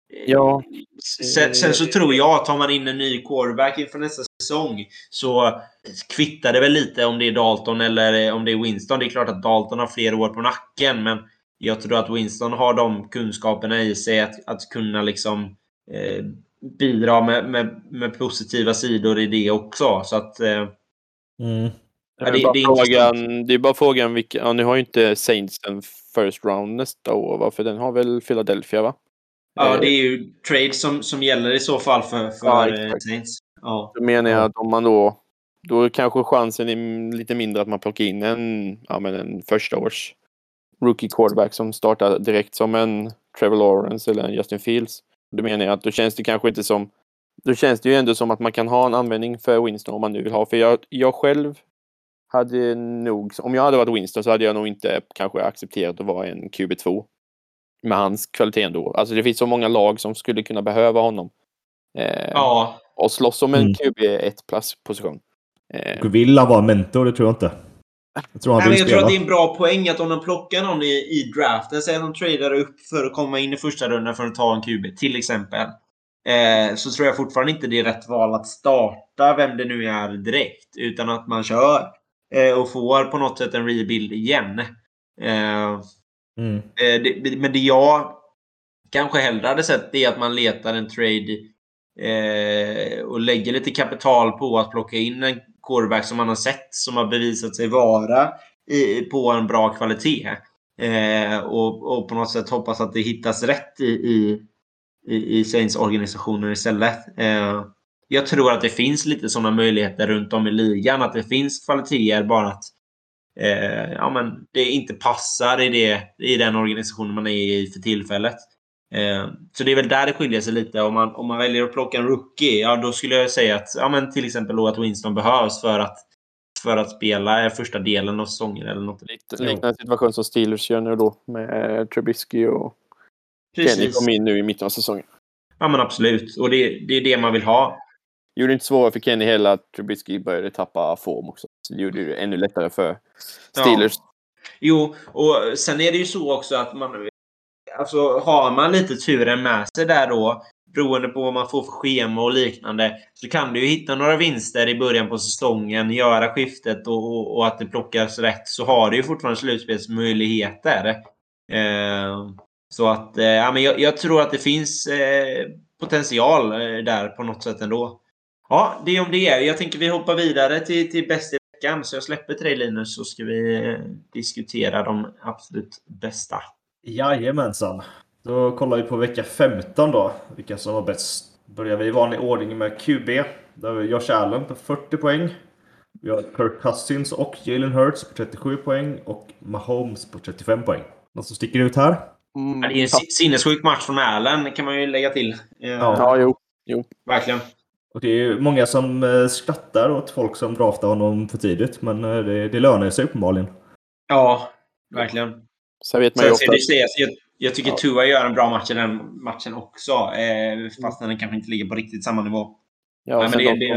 Ja. Sen så tror jag, tar man in en ny quarterback inför nästa säsong, så kvittar det väl lite om det är Dalton eller om det är Winston. Det är klart att Dalton har fler år på nacken, men jag tror att Winston har de kunskaperna i sig att kunna liksom bidra med positiva sidor i det också. Så att Det är bara frågan vilka. Ja, nu har ju inte Saints en first round nästa år, va? För den har väl Philadelphia, va? Ja, det är ju trade som gäller i så fall för Saints. Ja. Då menar jag att om man då är kanske chansen är lite mindre att man plockar in en första års rookie quarterback som startar direkt som en Trevor Lawrence eller en Justin Fields. Då menar jag att då känns det kanske inte som. Då känns det ju ändå som att man kan ha en användning för Winston om man nu vill ha. För jag själv hade nog, om jag hade varit Winston så hade jag nog inte kanske accepterat att vara en QB2 med hans kvalitet ändå. Alltså det finns så många lag som skulle kunna behöva honom. Och slåss om en QB1-position. Vill han vara mentor? Det tror jag inte. Jag tror att det är en bra poäng att om de plockar någon i draften, säger att de tradar upp för att komma in i första rundan för att ta en QB till exempel, så tror jag fortfarande inte det är rätt val att starta vem det nu är direkt, utan att man kör och får på något sätt en rebuild igen. Men det jag kanske hellre hade sett är att man letar en trade och lägger lite kapital på att plocka in en quarterback som man har sett, som har bevisat sig vara på en bra kvalitet, och på något sätt hoppas att det hittas rätt i Saints organisationer istället. Jag tror att det finns lite sådana möjligheter runt om i ligan, att det finns kvaliteter, bara att men det inte passar i den organisationen man är i för tillfället. Så det är väl där det skiljer sig lite. Om man väljer att plocka en rookie, ja, då skulle jag säga att till exempel då att Winston behövs för att spela första delen av säsongen eller något. Liknande situation som Steelers gör nu då med Trubisky och Kenny kom in nu i mitten av säsongen. Ja, men absolut. Och det är det man vill ha. Det gjorde inte svårare för Kenny heller att Trubisky började tappa form också. Så det gjorde det ännu lättare för Steelers. Ja. Jo, och sen är det ju så också att har man lite turen med sig där då, beroende på vad man får för schema och liknande, så kan du ju hitta några vinster i början på säsongen, göra skiftet och att det plockas rätt, så har du ju fortfarande slutspelsmöjligheter. Så att men jag tror att det finns potential där på något sätt ändå. Ja, det är om det. Jag tänker vi hoppar vidare till bästa veckan, så jag släpper 3 Linus, så ska vi diskutera de absolut bästa. Jajamensan. Då kollar vi på vecka 15 då. Vilka som var bäst. Börjar vi i vanlig ordning med QB. Där har vi Josh Allen på 40 poäng. Vi har Kirk Cousins och Jalen Hurts på 37 poäng. Och Mahomes på 35 poäng. Något som sticker ut här? Det är en sinnessjuk match från Allen, kan man ju lägga till. Jo. Verkligen. Och det är ju många som skrattar åt folk som draftar honom för tidigt. Men det lönar sig uppenbarligen. Ja, verkligen. Så vet man ju ofta. Jag tycker Tua gör en bra match i den matchen också. Fast den kanske inte ligger på riktigt samma nivå. Ja,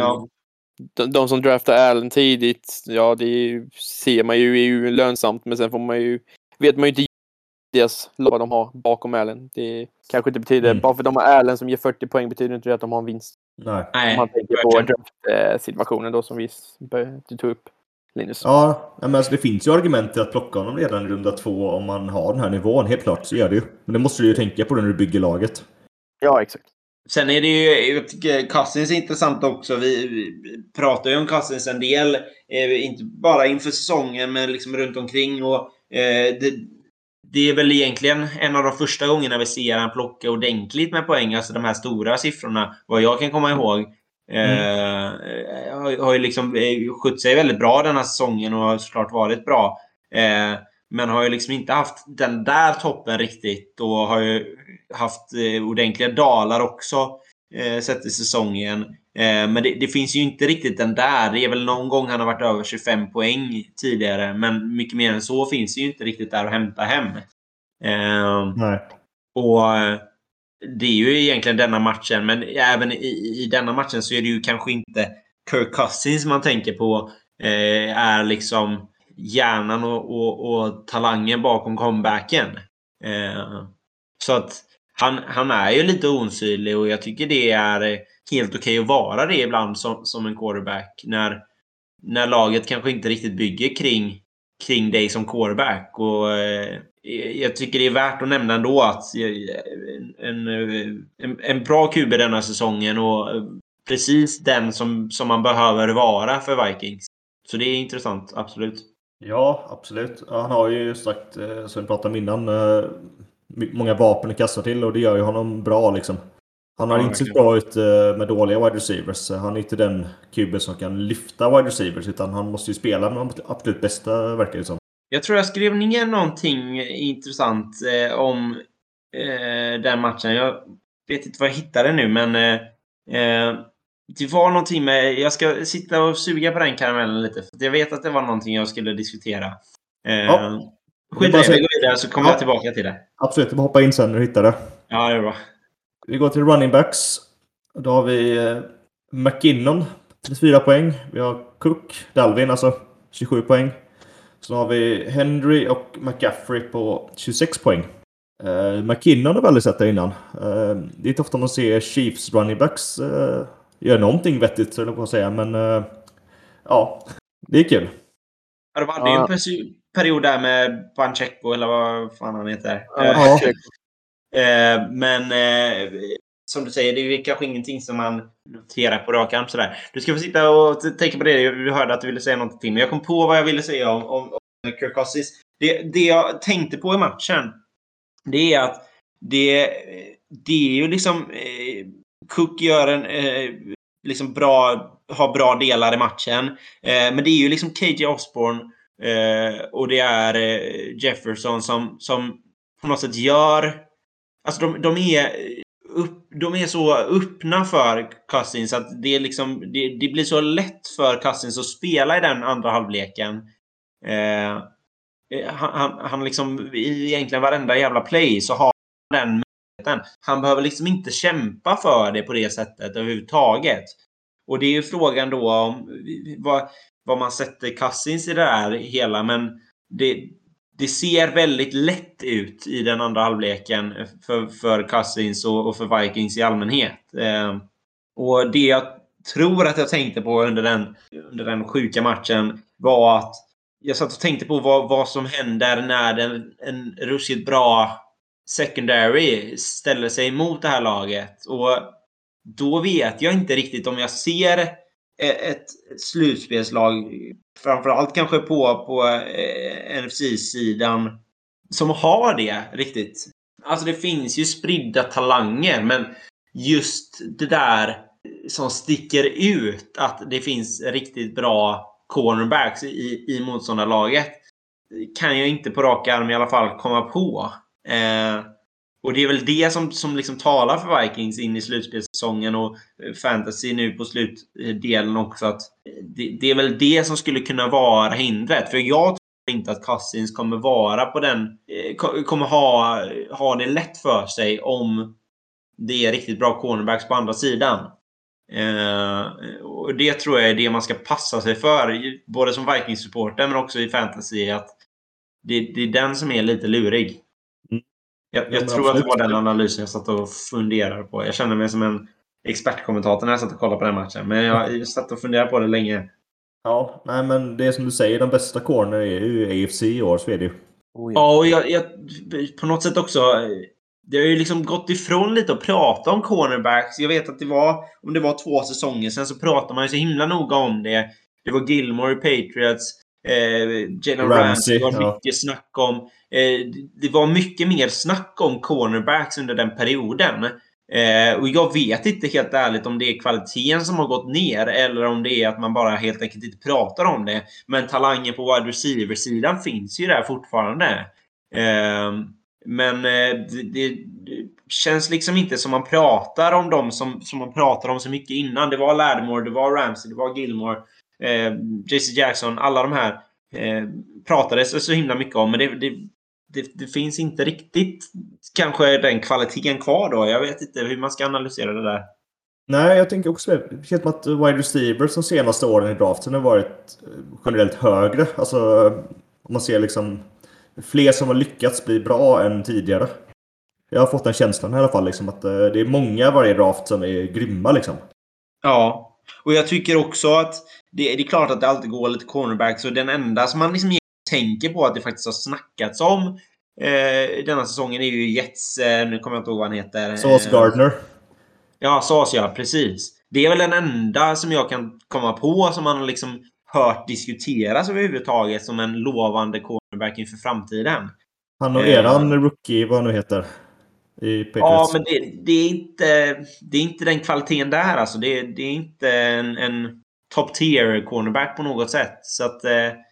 men de som draftar Allen tidigt, ja, det ser man ju är ju lönsamt. Men sen vet man ju inte deras vad de har bakom Allen. Det kanske inte betyder, bara för de har Allen som ger 40 poäng betyder inte det att de har en vinst. Nej. Om man tänker på draft-situationen då som du tog upp, Linus. Ja, men alltså det finns ju argument till att plocka honom redan i runda 2 om man har den här nivån. Helt klart så gör det ju. Men det måste du ju tänka på när du bygger laget. Ja, exakt. Sen är det ju, jag tycker Cousins är intressant också. Vi pratar ju om Cousins en del. Inte bara inför säsongen, men liksom runt omkring. Och det är väl egentligen en av de första gångerna vi ser han plocka ordentligt med poäng. Alltså de här stora siffrorna, vad jag kan komma ihåg. Har ju liksom skjutit sig väldigt bra den här säsongen och har såklart varit bra. Men har ju liksom inte haft den där toppen riktigt. Och har ju haft ordentliga dalar också sett i säsongen. Men det finns ju inte riktigt den där. Det är väl någon gång han har varit över 25 poäng tidigare. Men mycket mer än så finns ju inte riktigt där att hämta hem. Nej. Och det är ju egentligen denna matchen. Men även i denna matchen så är det ju kanske inte Kirk Cousins man tänker på. Är liksom hjärnan och talangen bakom comebacken. Så att han är ju lite osynlig och jag tycker det är helt okej att vara det ibland som en quarterback när laget kanske inte riktigt bygger kring dig som quarterback. Och jag tycker det är värt att nämna ändå att en bra QB denna säsongen och precis den som man behöver vara för Vikings. Så det är intressant, absolut. Ja, absolut. Han har ju sagt, som vi pratade om innan, många vapen att kasta till och det gör ju honom bra liksom. Han har inte sett bra ut med dåliga wide receivers. Han är inte den QB som kan lyfta wide receivers utan han måste ju spela med de absolut bästa, verkar det som. Jag tror jag skrev ner någonting intressant om den matchen. Jag vet inte vad jag hittade nu, men det var någonting med... Jag ska sitta och suga på den karamellen lite, för jag vet att det var någonting jag skulle diskutera. Skit i det, vi går vidare så kommer jag tillbaka till det. Absolut, du får hoppa in sen när du hittar det. Ja, det är bra. Vi går till running backs. Då har vi McKinnon, 34 poäng. Vi har Cook, Dalvin, alltså 27 poäng. Så har vi Henry och McCaffrey på 26 poäng. McKinnon har väl sett det innan. Det är inte ofta man ser Chiefs running backs gör någonting vettigt, så på att säga. Men ja, det är kul. Ja, de hade ju en period där med Pacheco, eller vad fan han heter. Men som du säger, det är kanske ingenting som man noterar på rak arm sådär. Du ska få sitta och tänka på det. Du hörde att du ville säga något till, men jag kom på vad jag ville säga om Kirk Cousins. Det jag tänkte på i matchen, det är att det är ju liksom Cook gör liksom har bra delar i matchen, men det är ju liksom KJ Osborne och det är Jefferson som på något sätt gör, alltså de är så öppna för Cousins att det är liksom det blir så lätt för Cousins att spela i den andra halvleken. Han liksom i egentligen varenda jävla play så har han den möjligheten. Han behöver liksom inte kämpa för det på det sättet överhuvudtaget. Och det är ju frågan då om vad man sätter Cousins i det där hela, men det ser väldigt lätt ut i den andra halvleken för Cousins och för Vikings i allmänhet. Och det jag tror att jag tänkte på under den sjuka matchen var att jag satt och tänkte på vad som händer när en ruskigt bra secondary ställer sig emot det här laget. Och då vet jag inte riktigt om jag ser ett slutspelslag, framförallt kanske på NFC-sidan, som har det riktigt. Alltså det finns ju spridda talanger, men just det där som sticker ut, att det finns riktigt bra cornerbacks i motståndarlaget, kan jag inte på rak arm i alla fall komma på. Och det är väl det som liksom talar för Vikings in i slutspelssäsongen och fantasy nu på slutdelen också, att det är väl det som skulle kunna vara hindret. För jag tror inte att Cousins kommer vara på den, kommer ha det lätt för sig om det är riktigt bra cornerbacks på andra sidan. Och det tror jag är det man ska passa sig för, både som Vikings-supporter men också i fantasy, att det är den som är lite lurig. Jag tror att det var den analysen jag satt och funderade på. Jag känner mig som en expertkommentator när jag satt och kollade på den matchen, men jag satt och funderade på det länge. Ja, nej, men det är som du säger, den bästa corner är ju AFC i år, så är det ju. Ja, och jag på något sätt också, det har ju liksom gått ifrån lite att prata om cornerbacks. Jag vet att om det var 2 säsonger sedan så pratade man ju så himla noga om det. Det var Gilmore i Patriots, Jalen Ramsey var mycket snack om. Det var mycket mer snack om cornerbacks under den perioden. Och jag vet inte helt ärligt om det är kvaliteten som har gått ner eller om det är att man bara helt enkelt inte pratar om det. Men talangen på wide receiver-sidan finns ju där fortfarande. Men det känns liksom inte som man pratar om dem som man pratar om så mycket innan. Det var Lattimore, det var Ramsey, det var Gilmore, JC Jackson, alla de här pratades så himla mycket om, men det finns inte riktigt kanske den kvaliteten kvar då. Jag vet inte hur man ska analysera det där. Nej, jag tänker också det känns som att wide receivers de senaste åren i draften har varit generellt högre. Alltså om man ser liksom fler som har lyckats bli bra än tidigare. Jag har fått den känslan i alla fall liksom, att det är många varje draft som är grymma liksom. Ja, och jag tycker också att det är klart att det alltid går lite cornerbacks, och den enda som man liksom tänker på att det faktiskt har snackats om denna säsongen är ju Jets, nu kommer jag inte ihåg vad han heter. Sauce Gardner. Ja, Sauce, ja, precis. Det är väl den enda som jag kan komma på som man har liksom hört diskuteras överhuvudtaget som en lovande cornerback inför framtiden. Han och eran rookie, vad han nu heter, i Patriots. Ja, men det är inte den kvaliteten där. Alltså. Det är inte en top tier cornerback på något sätt. Så att,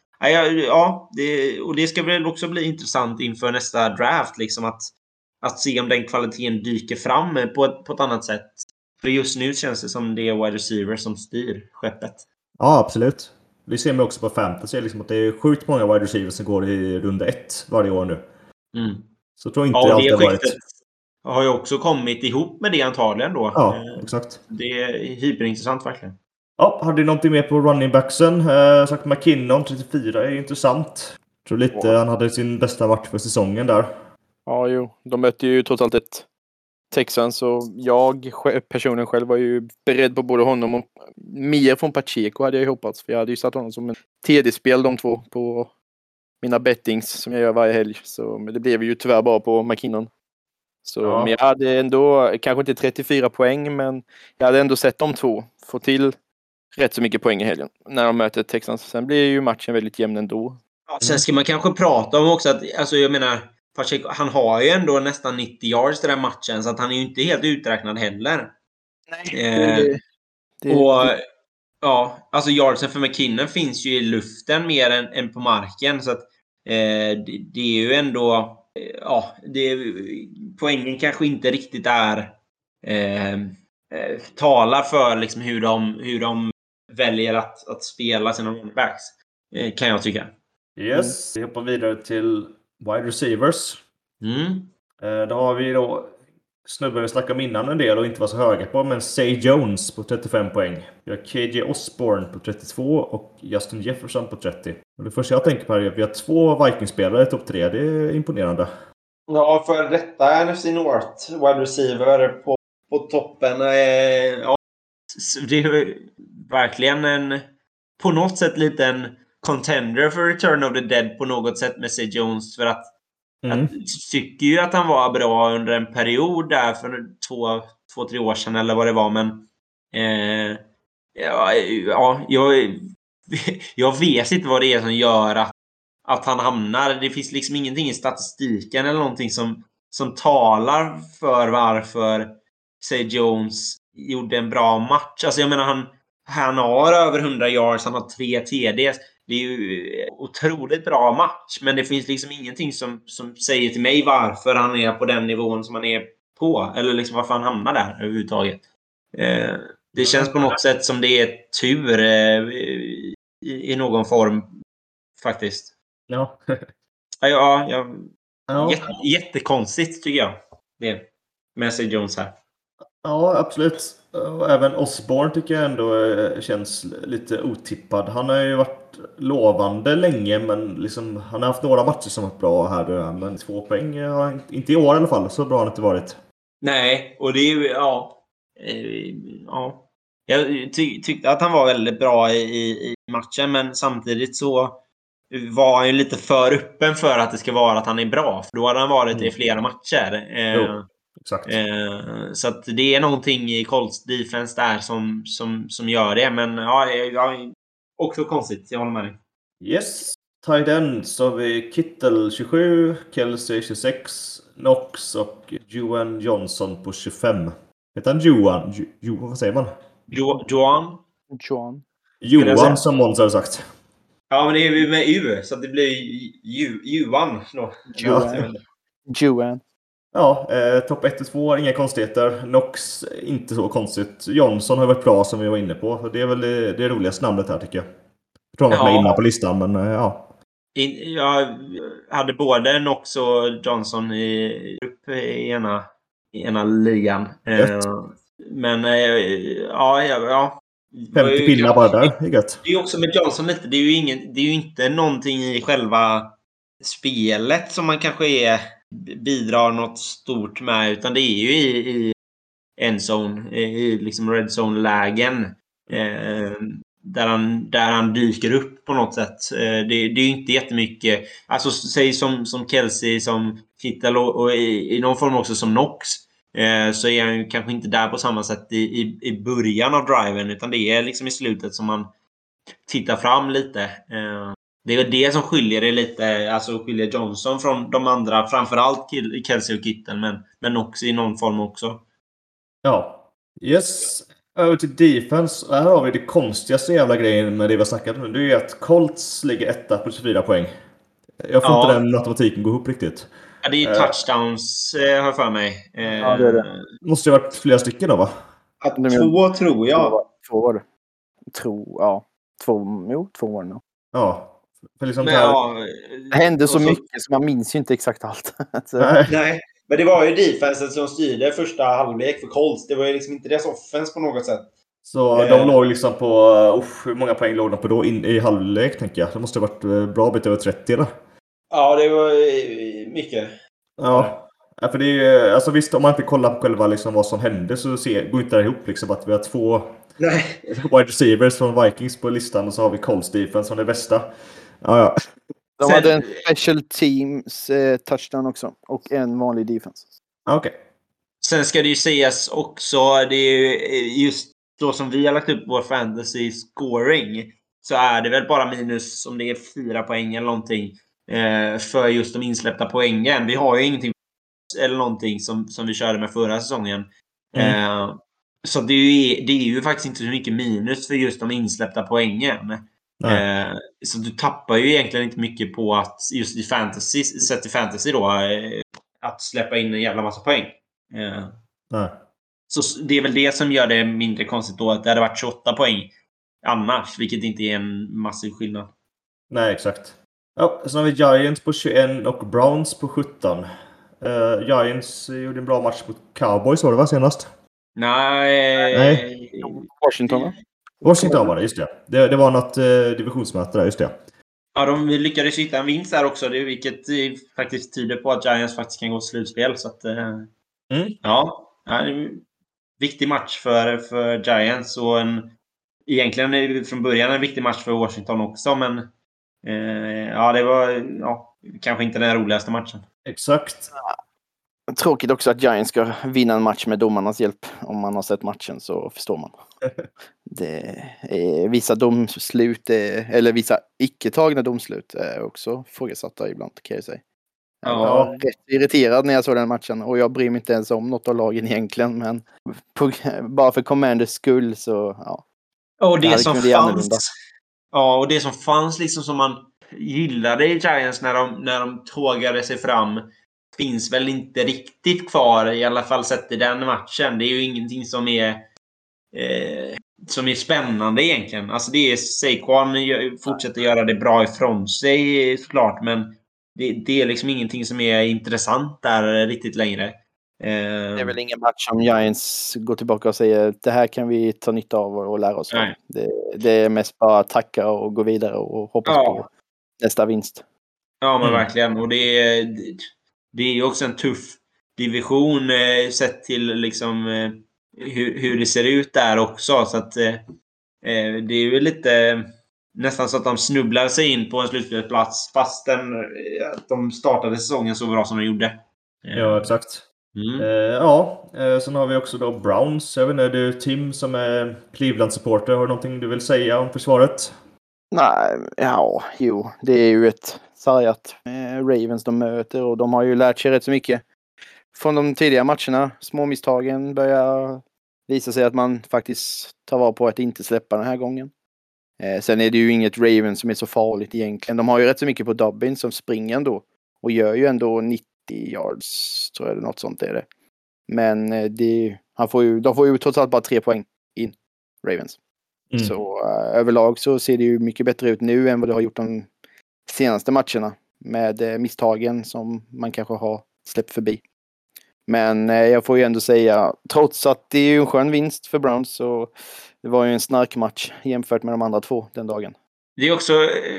och det ska väl också bli intressant inför nästa draft. Liksom att se om den kvaliteten dyker fram på ett annat sätt. För just nu känns det som det är wide receiver som styr skeppet. Ja, absolut. Vi ser mig också på fantasy liksom, att det är sjukt många wide receivers som går i runda 1 varje år nu. Mm. Så tror inte det alltid har varit. Har ju också kommit ihop med det antagligen då. Ja, exakt. Det är hyperintressant verkligen. Ja, hade du någonting mer på running backsen? Sagt McKinnon 34 är ju intressant. Jag tror lite han hade sin bästa match för säsongen där. Ja, jo. De mötte ju trots allt ett Texans, så jag personen själv var ju beredd på både honom och mer från Pacheco hade jag ju hoppats. För jag hade ju satt honom som en TD-spel de två på mina bettings som jag gör varje helg. Så, men det blev ju tyvärr bara på McKinnon. Så, Ja. men jag hade ändå, kanske inte 34 poäng, men jag hade ändå sett de två få till rätt så mycket poäng i helgen när de möter Texans. Sen blir ju matchen väldigt jämn ändå. Ja, sen ska man kanske prata om också att, alltså jag menar, Pacheco, han har ju ändå nästan 90 yards i den matchen, så att han är ju inte helt uträknad heller. Nej. Ja, alltså yardsen för McKinnon finns ju i luften mer än på marken, så att det är ju ändå poängen kanske inte riktigt är talar för liksom hur de väljer att spela sina running backs, kan jag tycka. Yes, vi hoppar vidare till wide receivers. Då har vi då snubben vi snackade om innan en del och inte var så höga på, men Zay Jones på 35 poäng. Vi har KJ Osborne på 32 och Justin Jefferson på 30. Och det första jag tänker på är att vi har 2 Vikings-spelare i topp 3. Det är imponerande. Ja, för detta NFC North wide receiver på toppen. Det är verkligen på något sätt liten contender för Return of the Dead på något sätt med Zay Jones, för att jag tycker ju att han var bra under en period där för 2-3 år sedan eller vad det var, men jag vet inte vad det är som gör att han hamnar. Det finns liksom ingenting i statistiken eller någonting som talar för varför Zay Jones gjorde en bra match. Alltså jag menar, han har över 100 yards, han har 3 TDs. Det är ju otroligt bra match, men det finns liksom ingenting som säger till mig varför han är på den nivån som han är på, eller liksom varför han hamnar där överhuvudtaget. Det känns på något sätt som det är tur i någon form faktiskt. Ja. Jättekonstigt tycker jag det med Zay Jones här. Ja, absolut. Och även Osborne tycker jag ändå känns lite otippad. Han har ju varit lovande länge, men liksom, han har haft några matcher som varit bra här och där. Men 2 poäng har inte i år i alla fall. Så bra har det inte varit. Nej, och det är ju, jag tyckte att han var väldigt bra i matchen, men samtidigt så var han ju lite för öppen för att det ska vara att han är bra. För då hade han varit i flera matcher. Exakt. Så att det är någonting i Colts defense där som gör det. Men också konstigt, jag håller med dig. Yes. Tight end så har vi Kittle 27, Kelsey 26, Knox och Juwan Johnson på 25. Heter han Juwan? Vad säger man? Johan Johan som Måns har sagt. Ja, men det är ju med U, så det blir Juwan då. Juwan. Ja, topp 1-2, inga konstigheter. Knox, inte så konstigt. Johnson har varit bra som vi var inne på. Det är väl det roligaste namnet här tycker jag. Jag tror han var med innan på listan, men ja. Jag hade både Knox och Johnson i ena ligan. Men ja. 50 pinnar bara där, det är gött. Det är också med Johnson lite. Det är ju inte någonting i själva spelet som man kanske är bidrar något stort med, utan det är ju i endzone, i liksom red zone-lägen där han dyker upp på något sätt. Det är ju inte jättemycket, alltså säg som Kelsey, som Kittel och i någon form också som Knox, så är han ju kanske inte där på samma sätt i början av driven, utan det är liksom i slutet som man tittar fram lite. Det är det som skiljer det lite, alltså skiljer Johnson från de andra, framförallt Kelsey och Kittel, men också i någon form också. Ja. Yes. Över till defense. Här har vi det konstigaste jävla grejen med det vi har snackat om. Det är att Colts ligger 1 på 24 poäng. Jag får inte den matematiken gå ihop riktigt. Ja, det är ju touchdowns, har jag för mig. Ja, det är det. Måste det ha varit flera stycken då, va? 2 tror jag. 2 var det. Ja. 2 var det nog. Ja. För liksom Men, det hände så mycket så man minns ju inte exakt allt. Nej. Men det var ju defensen som styrde första halvlek för Colts. Det var ju liksom inte deras offense på något sätt. Så de låg liksom på... hur många poäng låg de på då i halvlek, tänker jag? Det måste ha varit bra bit över 30, eller? Ja, det var mycket. Ja. För det är, alltså visst, om man inte kollar på själva liksom vad som hände så går inte det ihop liksom att vi har 2 wide receivers från Vikings på listan och så har vi Colts defense som det bästa. Ja. De hade en special teams touchdown också och en vanlig defense. Okej. Sen ska det ju sägas också, det är ju just då som vi har lagt upp vår fantasy scoring, så är det väl bara minus om det är 4 poäng eller någonting för just de insläppta poängen. Vi har ju ingenting eller någonting som vi körde med förra säsongen. Så det är ju faktiskt inte så mycket minus för just de insläppta poängen. Så du tappar ju egentligen inte mycket på att just i fantasy, sett i fantasy då, att släppa in en jävla massa poäng. Så det är väl det som gör det mindre konstigt då, att det hade varit 28 poäng annars, vilket inte är en massiv skillnad. Nej, exakt. Ja, så har vi Giants på 21 och Browns på 17. Giants gjorde en bra match mot Cowboys, var det va, senast? Nej. Washington, va? Washington var det, just det. Det var något divisionsmöte där, just det. Ja, de lyckades hitta en vinst där också, vilket faktiskt tyder på att Giants faktiskt kan gå till slutspel. Så att, ja, viktig match för Giants och egentligen från början en viktig match för Washington också, men det var kanske inte den roligaste matchen. Exakt. Tråkigt också att Giants ska vinna en match med domarnas hjälp. Om man har sett matchen så förstår man. Det är vissa domslut, eller vissa icke-tagna domslut är också frågesatta ibland, kan jag säga. Jag var rätt irriterad när jag såg den matchen och jag bryr mig inte ens om något av lagen egentligen, men bara för Commanders skull så och det som fanns. Ja, och det som fanns liksom som man gillade i Giants när de tågade sig fram finns väl inte riktigt kvar, i alla fall sett i den matchen. Det är ju ingenting som är spännande egentligen. Alltså det är Saquon fortsätter göra det bra ifrån sig såklart, men det är liksom ingenting som är intressant där riktigt längre. Det är väl ingen match som Giants går tillbaka och säger det här kan vi ta nytta av och lära oss av. Det är mest bara tacka och gå vidare och hoppas på nästa vinst. Ja, men verkligen. Och det är ju också en tuff division sett till liksom hur det ser ut där också. Så att det är ju lite nästan så att de snubblar sig in på en slutspelsplats fastän att de startade säsongen så bra som de gjorde. Ja, exakt. Sen har vi också då Browns. Jag vet inte, du Tim som är Cleveland-supporter, har du någonting du vill säga om försvaret? Nej, det är ju ett sargat Ravens de möter och de har ju lärt sig rätt så mycket från de tidiga matcherna. Småmisstagen börjar visa sig att man faktiskt tar vara på att inte släppa den här gången. Sen är det ju inget Ravens som är så farligt egentligen. De har ju rätt så mycket på Dobbins som springer ändå och gör ju ändå 90 yards, tror jag, något sånt är det. Men de får ju trots allt bara 3 poäng in, Ravens. Så överlag så ser det ju mycket bättre ut nu än vad det har gjort de senaste matcherna med misstagen som man kanske har släppt förbi. Men jag får ju ändå säga, trots att det är ju en skön vinst för Browns, så det var ju en snark match jämfört med de andra 2 den dagen. Det är också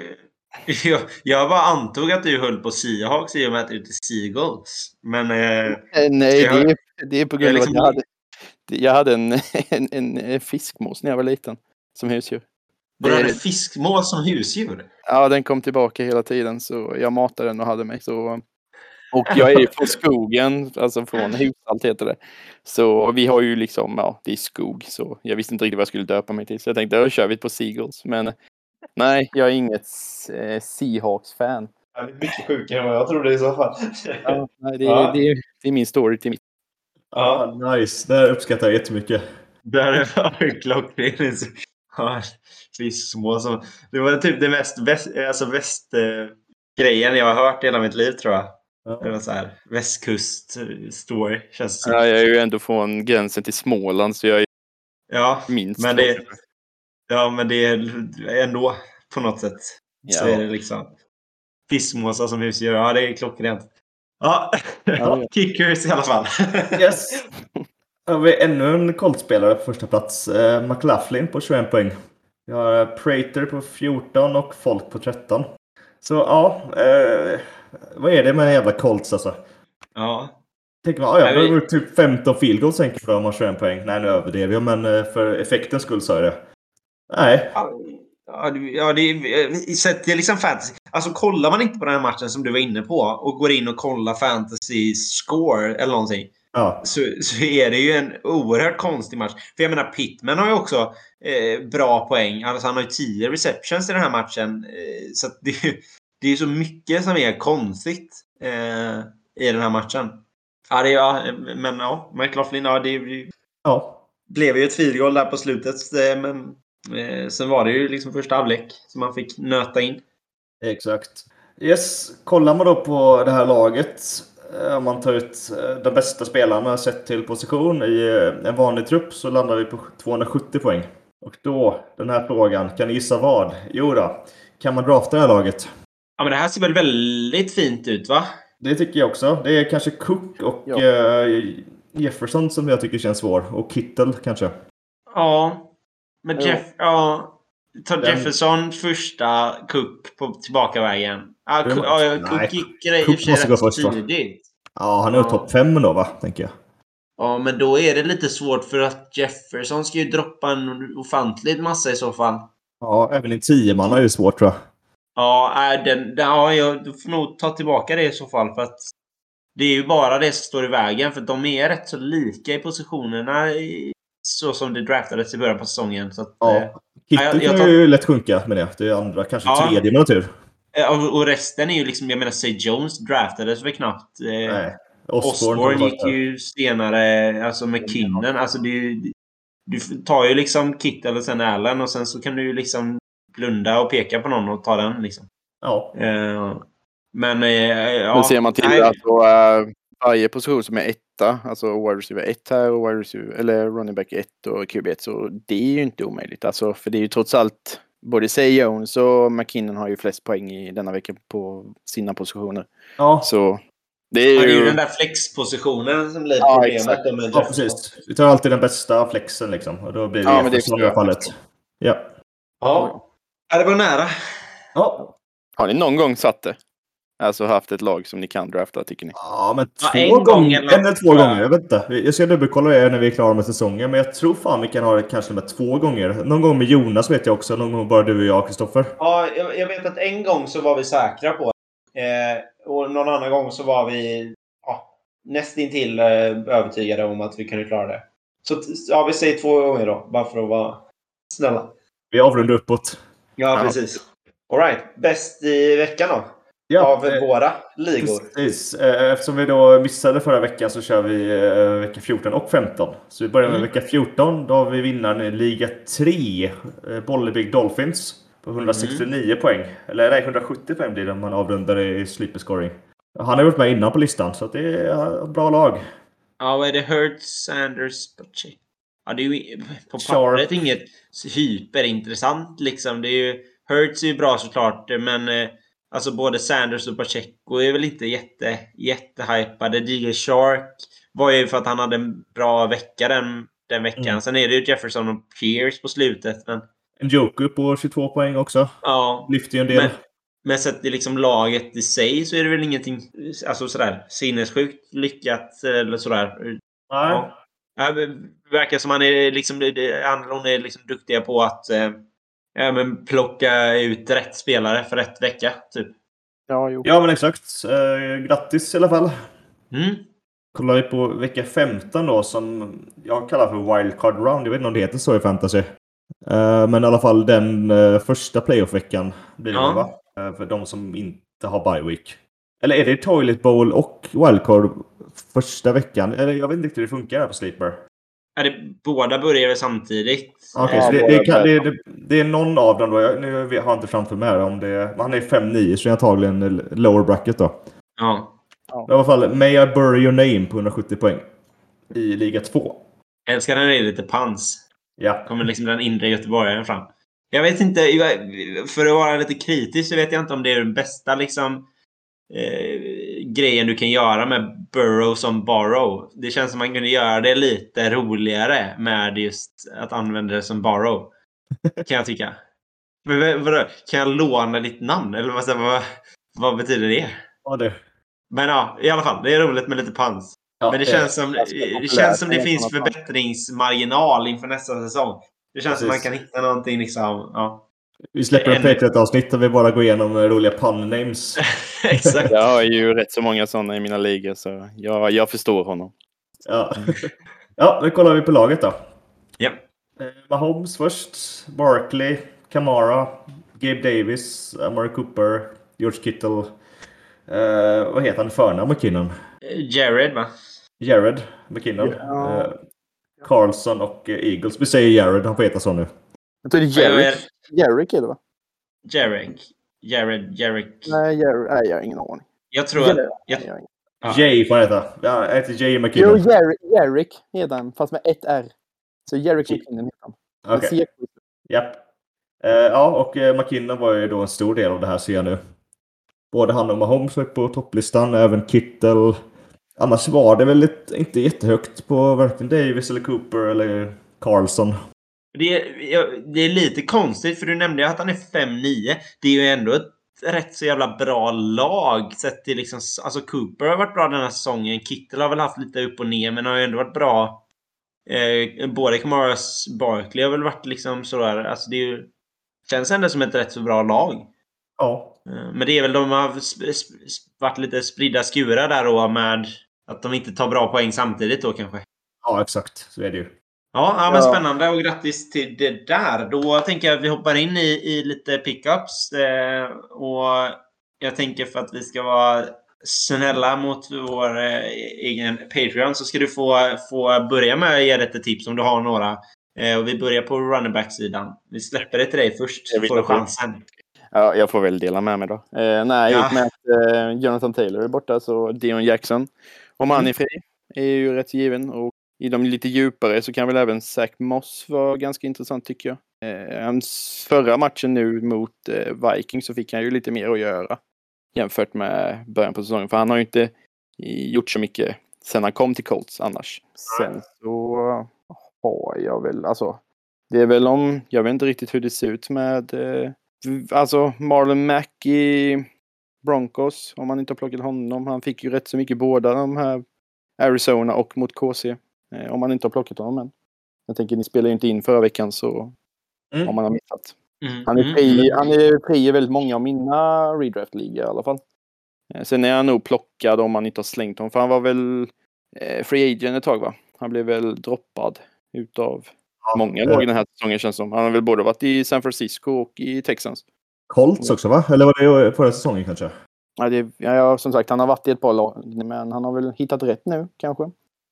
Jag bara antog att du höll på Seahawks i och med att du är Seagulls. Men... Nej, det är på grund av liksom... att jag hade en fiskmås när jag var liten som husdjur. Du hade fiskmås som husdjur? Ja, den kom tillbaka hela tiden så jag matade den och hade mig. Så... Och jag är från skogen, alltså från Husalt heter det. Så vi har ju liksom, ja, det är skog. Så jag visste inte riktigt vad jag skulle döpa mig till. Så jag tänkte, då kör vi på Seagulls. Men nej, jag är inget Seahawks-fan. Det är mycket sjukare än vad jag trodde i så fall. Ja, nej, det är min story till mitt. Ja, nice. Det uppskattar jag jättemycket. Där är klockrent. Ja, fiskmås som... Det var typ det mest grejen jag har hört i hela mitt liv, tror jag. Det var så här västkust-story, känns det som. Ja, jag är ju ändå från gränsen till Småland, så jag är minst. Men men det är ändå på något sätt. Så är det liksom fiskmåsar som husdjur. Ja, det är klockrent. Ja, Kickers i alla fall. Yes. Har vi ännu en Colts-spelare på första plats. McLaughlin på 21 poäng. Vi har Prater på 14 och Folk på 13. Så ja, vad är det med jävla Colts alltså? Ja. Tänker man, det var typ 15 field goals tänker för om man 21 poäng. Nej, nu överdrev jag, men för effektens skull sa jag det. Nej. Ja, det är liksom fantasy. Alltså kollar man inte på den här matchen som du var inne på och går in och kollar fantasy score eller någonting. Ja. Så är det ju en oerhört konstig match. För jag menar, Pittman har ju också bra poäng. Alltså han har ju 10 receptions i den här matchen. Så att det är så mycket som är konstigt i den här matchen. Men McLaughlin, blev ju ett field goal där på slutet. Men sen var det ju liksom första halvlek som man fick nöta in. Exakt. Yes, kollar man då på det här laget, om man tar ut de bästa spelarna sett till position i en vanlig trupp, så landar vi på 270 poäng. Och då, den här frågan, kan ni gissa vad? Jo då, kan man drafta det här laget? Ja, men det här ser väl väldigt fint ut, va? Det tycker jag också. Det är kanske Cook och Jefferson som jag tycker känns svår. Och Kittle kanske. Ja, men tar Jefferson första, Cook på tillbakavägen. Cook gick i och för sig rätt tidigt. Ja, han är topp 5 då, va? Tänker jag. Ja, men då är det lite svårt för att Jefferson ska ju droppa en ofantlig massa i så fall. Ja, även i 10-man är det svårt, tror jag. Ja, jag får nog ta tillbaka det i så fall, för att det är ju bara det som står i vägen, för de är rätt så lika i positionerna så som det draftades i början på säsongen. Så att, Kittle kan ju lätt sjunka med det. Det är andra, kanske tredje med natur. Och resten är ju liksom, jag menar, Say Jones draftades väl knappt. Nej. Osborne gick ju senare, alltså McKinnon. Alltså du tar ju liksom Kittle och sen Allen, och sen så kan du ju liksom blunda och peka på någon och ta den liksom. Ja. Men ser man till att varje position som är etta, alltså wide receiver 1 här och wide receiver, eller running back 1 och QB1, så det är ju inte omöjligt. Alltså, för det är ju trots allt både Say Jones och McKinnon har ju flest poäng i denna vecka på sina positioner. Ja. Så det är ju den där flexpositionen som blir problemet. Exakt. Ja, precis. Vi tar alltid den bästa flexen liksom. Och då blir det i det fallet. Ja. Det var nära. Ja. Har ni någon gång satt det? Alltså haft ett lag som ni kan drafta, tycker ni? Ja, men en eller två gånger. Jag vet inte. Jag ska dubbelkolla det när vi är klara med säsongen. Men jag tror fan vi kan ha det kanske med 2 gånger. Någon gång med Jonas vet jag också. Någon gång bara du och jag, Kristoffer. Ja, jag vet att en gång så var vi säkra på. Och någon annan gång så var vi nästintill övertygade om att vi kunde klara det. Så vi säger 2 gånger då. Bara för att vara snälla. Vi avrundar uppåt. Ja, precis. All right. Bäst i veckan då? Av våra ligor. Precis. Eftersom vi då missade förra veckan så kör vi vecka 14 och 15. Så vi börjar med vecka 14. Då har vi vinnaren i Liga 3. Bollebygg Dolphins på 169 poäng. Eller nej, 170 poäng blir det om man avrundar i sleeper scoring. Han har varit med innan på listan, så det är ett bra lag. Ja, vad är det? Hurts, Sanders, Pacheco. Ja, det är ju på pappret inget hyperintressant liksom. Det är ju, Hurts är ju bra såklart, men alltså både Sanders och Pacheco är väl inte jättehypade. DJ Shark var ju för att han hade en bra vecka den veckan. Sen är det ju Jefferson och Pierce på slutet. Men en Joker på 22 poäng också. Ja. Lyfter ju en del. Men sett i liksom laget i sig så är det väl ingenting alltså sådär sinnessjukt lyckat eller sådär. Nej. Ja. Det verkar som han är liksom hon är liksom duktiga på att men plocka ut rätt spelare för rätt vecka typ. Ja, jo. Ja, men exakt. Grattis i alla fall. Mm. Kollar vi på vecka 15 då som jag kallar för wildcard round. Jag vet inte om det heter så i fantasy. Men i alla fall den första playoff-veckan blir det va? För de som inte har bye week. Eller är det Toilet Bowl och wildcard första veckan? Eller jag vet inte riktigt hur det funkar här på Sleeper. Båda börjar väl samtidigt. Okej, så det är någon av dem då. Nu har jag inte framför mig här om det. Han är 5-9 så är antagligen lower bracket då. Ja. I alla fall, May I Bury Your Name på 170 poäng. I Liga 2. Jag älskar när det är lite pans. Ja. Kommer liksom den inre göteborgaren fram. Jag vet inte, för att vara lite kritisk så vet jag inte om det är den bästa liksom grejen du kan göra med Burrow som Borrow. Det känns som man kunde göra det lite roligare med just att använda det som Borrow. Kan jag tycka. Men vadå? Kan jag låna ditt namn? Eller vad betyder det? Ja, det. Men ja, i alla fall. Det är roligt med lite pans. Ja, men det känns som det finns förbättringsmarginal inför nästa säsong. Det känns som man kan hitta någonting liksom. Ja. Vi släpper en Patriot-avsnitt där vi bara går igenom roliga pun-names. Exakt. Jag har ju rätt så många sådana i mina ligor så jag förstår honom. Ja. Ja, nu kollar vi på laget då. Ja. Mahomes först. Barkley, Kamara, Gabe Davis, Amari Cooper, George Kittle. Vad heter han förnamn McKinnon? Jared va? Jared McKinnon. Ja. Carlson och Eagles. Vi säger Jared, han får heta så nu. Jag tror det är Jarek är det va? Jared. Nej, jag har ingen aning. Jag tror att... Jay får han heta. Ja, jag heter Jay McKinnon. Jo, Jarek heter han, fast med ett R. Så Jarek McKinnon heter han. Okej. Japp. Ja, och McKinnon var ju då en stor del av det här ser jag nu. Både han och Mahomes var på topplistan, även Kittle. Annars var det väl inte jättehögt på varken Davis eller Cooper eller Carlson. Det är lite konstigt för du nämnde att han är 5-9. Det är ju ändå ett rätt så jävla bra lag sett till liksom, alltså Cooper har varit bra den här säsongen. Kittle har väl haft lite upp och ner men har ju ändå varit bra. Både Kamaras Barkley har väl varit liksom sådär, alltså det är ju, känns ändå som ett rätt så bra lag. Ja. Men det är väl de har varit lite spridda skurar där då med att de inte tar bra poäng samtidigt då kanske. Ja, exakt. Så är det ju. Ja, men spännande och grattis till det där. Då tänker jag att vi hoppar in i lite pickups. Och jag tänker för att vi ska vara snälla mot vår egen Patreon så ska du få börja med att ge lite tips om du har några. Och vi börjar på running back-sidan. Vi släpper det till dig först så får du chansen. Ja, jag får väl dela med mig då. Nej, i och med att Jonathan Taylor är borta så Dion Jackson. Om han är fri är ju rätt given. Och i de lite djupare så kan väl även Zach Moss vara ganska intressant tycker jag. Hans förra matchen nu mot Vikings så fick han ju lite mer att göra jämfört med början på säsongen. För han har ju inte gjort så mycket sen han kom till Colts annars. Sen så har jag väl, alltså det är väl om, jag vet inte riktigt hur det ser ut med alltså Marlon Mack i Broncos, om man inte har plockat honom. Han fick ju rätt så mycket båda de här Arizona och mot KC. Om man inte har plockat honom än. Jag tänker ni spelar ju inte in förra veckan så om man har missat. Han är fri i väldigt många av mina redraft-ligor i alla fall. Sen är han nog plockad om man inte har slängt honom. För han var väl free agent ett tag va? Han blev väl droppad utav många lag den här säsongen känns som. Han har väl både varit i San Francisco och i Texans. Colts också va? Eller var det förra säsongen kanske? Ja, som sagt han har varit i ett par lag. Men han har väl hittat rätt nu kanske.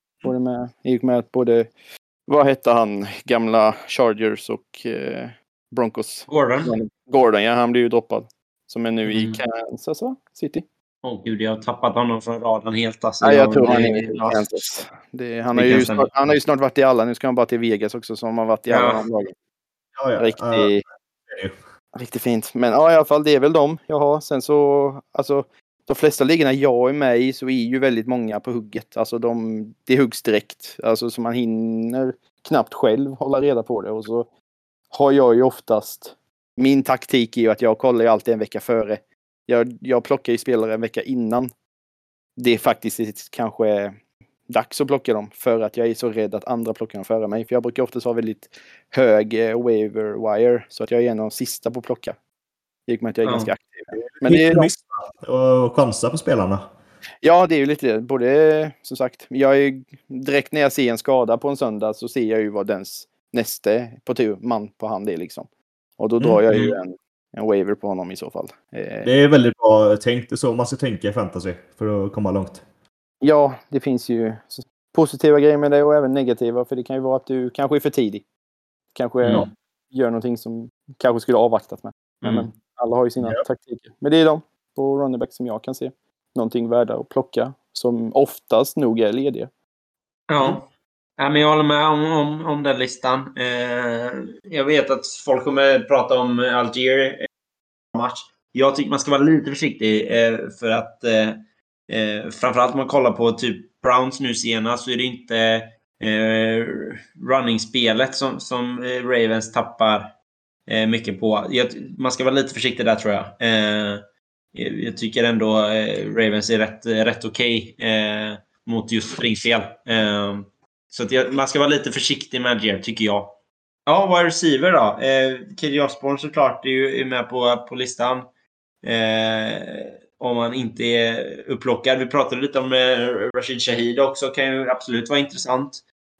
Både vad hette han? Gamla Chargers och Broncos. Gordon, ja han blev ju droppad. Som är nu i Kansas va? City. Gud, jag har tappat honom från raden helt. Alltså, ja, jag tror han är i Kansas. Han har ju snart varit i alla. Nu ska han bara till Vegas också som har varit i alla de lagen. Ja. Riktigt fint. Men ja, i alla fall det är väl dem jag har. Sen så, alltså de flesta ligorna jag är med i så är ju väldigt många på hugget. Alltså det huggs direkt. Alltså så man hinner knappt själv hålla reda på det. Och så har jag ju oftast, min taktik är ju att jag kollar alltid en vecka före Jag plockar ju spelare en vecka innan. Det är faktiskt kanske dags att plocka dem. För att jag är så rädd att andra plockar dem före mig. För jag brukar oftast ha väldigt hög waiver wire. Så att jag är en av de sista på att plocka. I och med att jag är ganska aktiv. Men det är och chansa på spelarna. Ja, det är ju lite det. Både, som sagt, jag är direkt när jag ser en skada på en söndag så ser jag ju vad dens nästa på tur man på hand är liksom. Och då drar jag ju en waiver på honom i så fall. Det är väldigt bra tänkt. Det är så man ska tänka i fantasy för att komma långt. Ja, det finns ju positiva grejer med det och även negativa. För det kan ju vara att du kanske är för tidig. Kanske gör någonting som kanske skulle avvaktat med. Men alla har ju sina taktiker. Men det är de på running back som jag kan se. Någonting värda att plocka som oftast nog är lediga. Ja. Ja, men jag håller med om den listan. Jag vet att folk kommer prata om Algier match. Jag tycker man ska vara lite försiktig för att framförallt om man kollar på typ Browns nu senast så är det inte running-spelet som Ravens tappar mycket på. Man ska vara lite försiktig där tror jag. Jag tycker ändå Ravens är rätt okej mot just springspel. Så att man ska vara lite försiktig med Algier, tycker jag. Ja, vad är receiver då? KJ Osborne såklart är ju med på listan. Om man inte är upplockad. Vi pratade lite om Rashid Shaheed också. Kan ju absolut vara intressant.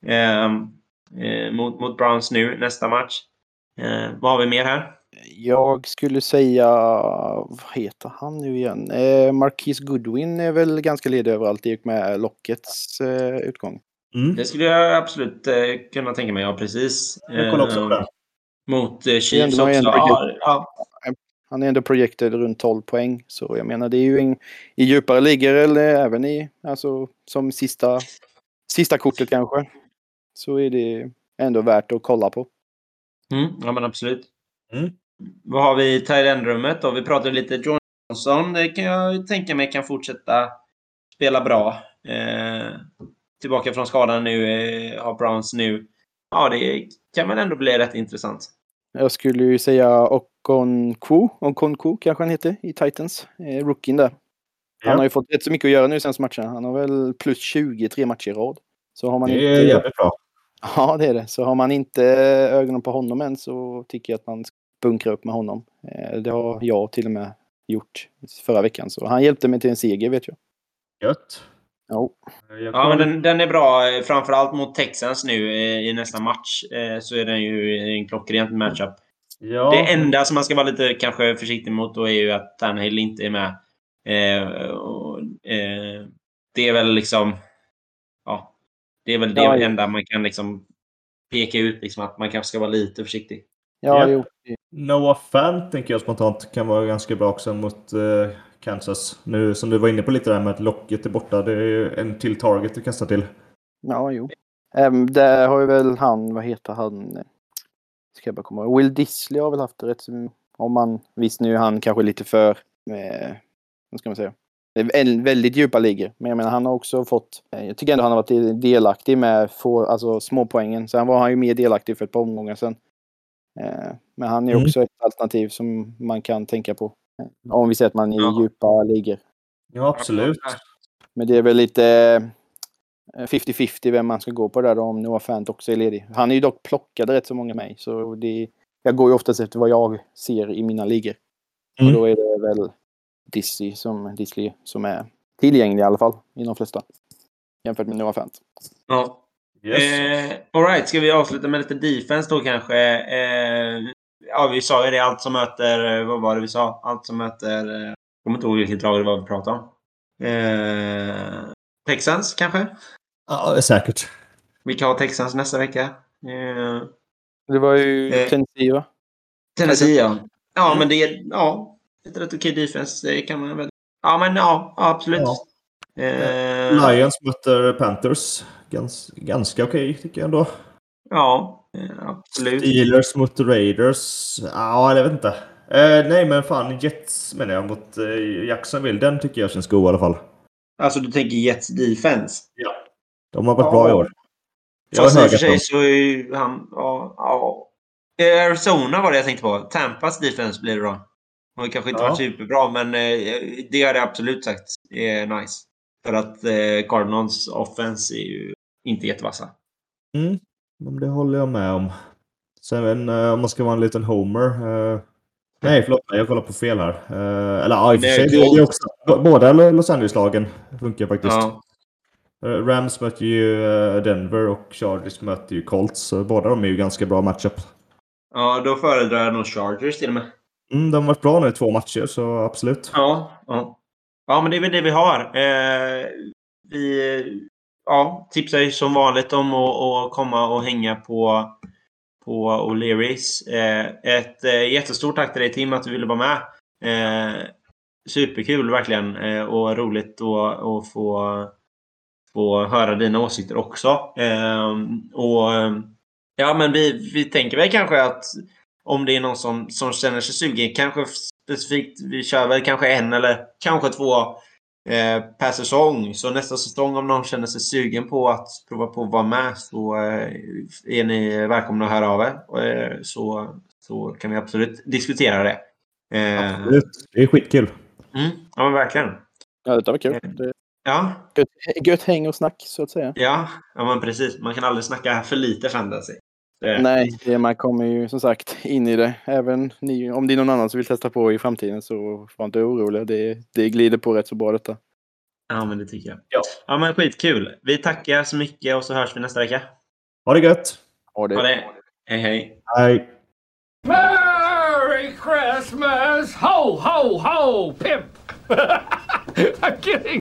Mot Browns nu, nästa match. Vad har vi mer här? Jag skulle säga, vad heter han nu igen? Marquise Goodwin är väl ganska ledig överallt i och med Lockets utgång. Det skulle jag absolut kunna tänka mig, ja precis. Jag kollar också på den. Mot Chiefs också. Han är ändå projected runt 12 poäng. Så jag menar, det är ju i djupare ligor eller även i, alltså som sista kortet kanske. Så är det ändå värt att kolla på. Ja men absolut. Vad har vi i tight end-rummet då? Vi pratade lite Johnson. Det kan jag tänka mig kan fortsätta spela bra. Tillbaka från skadan nu. Har Browns nu. Ja, det kan väl ändå bli rätt intressant. Jag skulle ju säga Okonkwo kanske han heter i Titans. Rookien där. Han har ju fått rätt så mycket att göra nu sen matcherna. Han har väl plus 23 matcher i rad. Så har man det är jävligt bra. Ja, det är det. Så har man inte ögonen på honom än så tycker jag att man ska bunkra upp med honom. Det har jag till och med gjort förra veckan. Så han hjälpte mig till en seger, vet jag. Gött. Ja. Ja, men den är bra. Framförallt mot Texans nu i nästa match så är den ju en klockren matchup. Ja. Det enda som man ska vara lite kanske försiktig mot då är ju att Tannehill inte är med. Det är väl liksom... Ja, det är väl det enda man kan liksom peka ut liksom att man kanske ska vara lite försiktig. Ja, jo. Noah Fant tänker jag spontant kan vara ganska bra också mot Kansas. Nu som du var inne på lite där med att locket är borta. Det är en till target du kastar till. Ja, jo. Där har ju väl han, vad heter han? Ska jag bara komma ihåg. Will Disley har väl haft det rätt som, om man visst nu han kanske lite för vad ska man säga? Väldigt djupa ligor. Men jag menar han har också fått, jag tycker ändå han har varit delaktig med alltså småpoängen. Sen var han ju mer delaktig för ett par omgångar sedan. Men han är också ett alternativ som man kan tänka på. Om vi säger att man är i djupa ligor. Ja, absolut. Men det är väl lite 50-50 vem man ska gå på där då, om Noah Fant också är ledig. Han är ju dock plockad rätt så många mig. Så jag går ju oftast efter vad jag ser i mina ligor. Och då är det väl Disley som är tillgänglig i alla fall i de flesta. Jämfört med Noah Fant. Ja. Yes. All right, ska vi avsluta med lite defense då kanske? Ja, vi sa ju det. Allt som möter... Vad var det vi sa? Allt som möter... Jag kommer inte ihåg vilket lag det var vi pratade om. Texans kanske? Ja, säkert. Vi kan ha Texans nästa vecka. Det var ju Tennessee, va? Tennessee, ja. Ja, men det är... Ja, ett rätt okej defense. Det kan man väl... Ja, men ja, absolut. Ja. Lions möter Panthers. Ganska okej, tycker jag ändå. Ja, absolut. Steelers mot Raiders. Ja, jag vet inte. Nej, men fan, Jets menar jag mot Jacksonville. Den tycker jag känns god i alla fall. Alltså, du tänker Jets defense? Ja. De har varit bra i år. Fast i och för sig så är ju han... Ja. Arizona var det jag tänkte på. Tampas defense blir det då. har kanske inte varit superbra, men det har det absolut sagt är nice. För att Cardinals offense är ju inte jättevassa. Det håller jag med om. Sen om man ska vara en liten homer. Nej, förlåt. Jag kollar på fel här. Eller i och för sig. Det är också, båda Los Angeles-lagen funkar faktiskt. Ja. Rams möter ju Denver och Chargers möter ju Colts. Så båda de är ju ganska bra matchup. Ja, då föredrar jag nog Chargers till och med. De har varit bra nu i 2 matcher, så absolut. Ja, men det är väl det vi har. Vi tipsar ju som vanligt om att komma och hänga på O'Learys. Ett jättestort tack till dig, Tim, att du ville vara med. Superkul verkligen, och roligt att få höra dina åsikter också. Men vi tänker väl kanske att om det är någon som känner sig sugen, kanske specifikt, vi kör väl kanske 1 eller kanske 2 per säsong. Så nästa säsong, om någon känner sig sugen på att prova på att vara med, så är ni välkomna att höra av er. Så kan vi absolut diskutera det. Absolut. Det är skitkul. Ja, men verkligen. Ja, det var kul. Ja. Gött häng och snack, så att säga. Ja, men precis. Man kan aldrig snacka för lite fantasy. Nej, man kommer ju som sagt in i det. Även ni, om det är någon annan som vill testa på i framtiden, så får inte oroliga. Det glider på rätt så bra detta. Ja, men det tycker jag. Ja, men skitkul. Vi tackar så mycket och så hörs vi nästa vecka. Ha det gött! Ha det. Hej. Hej! Merry Christmas! Ho, ho, ho! Pimp! I'm kidding!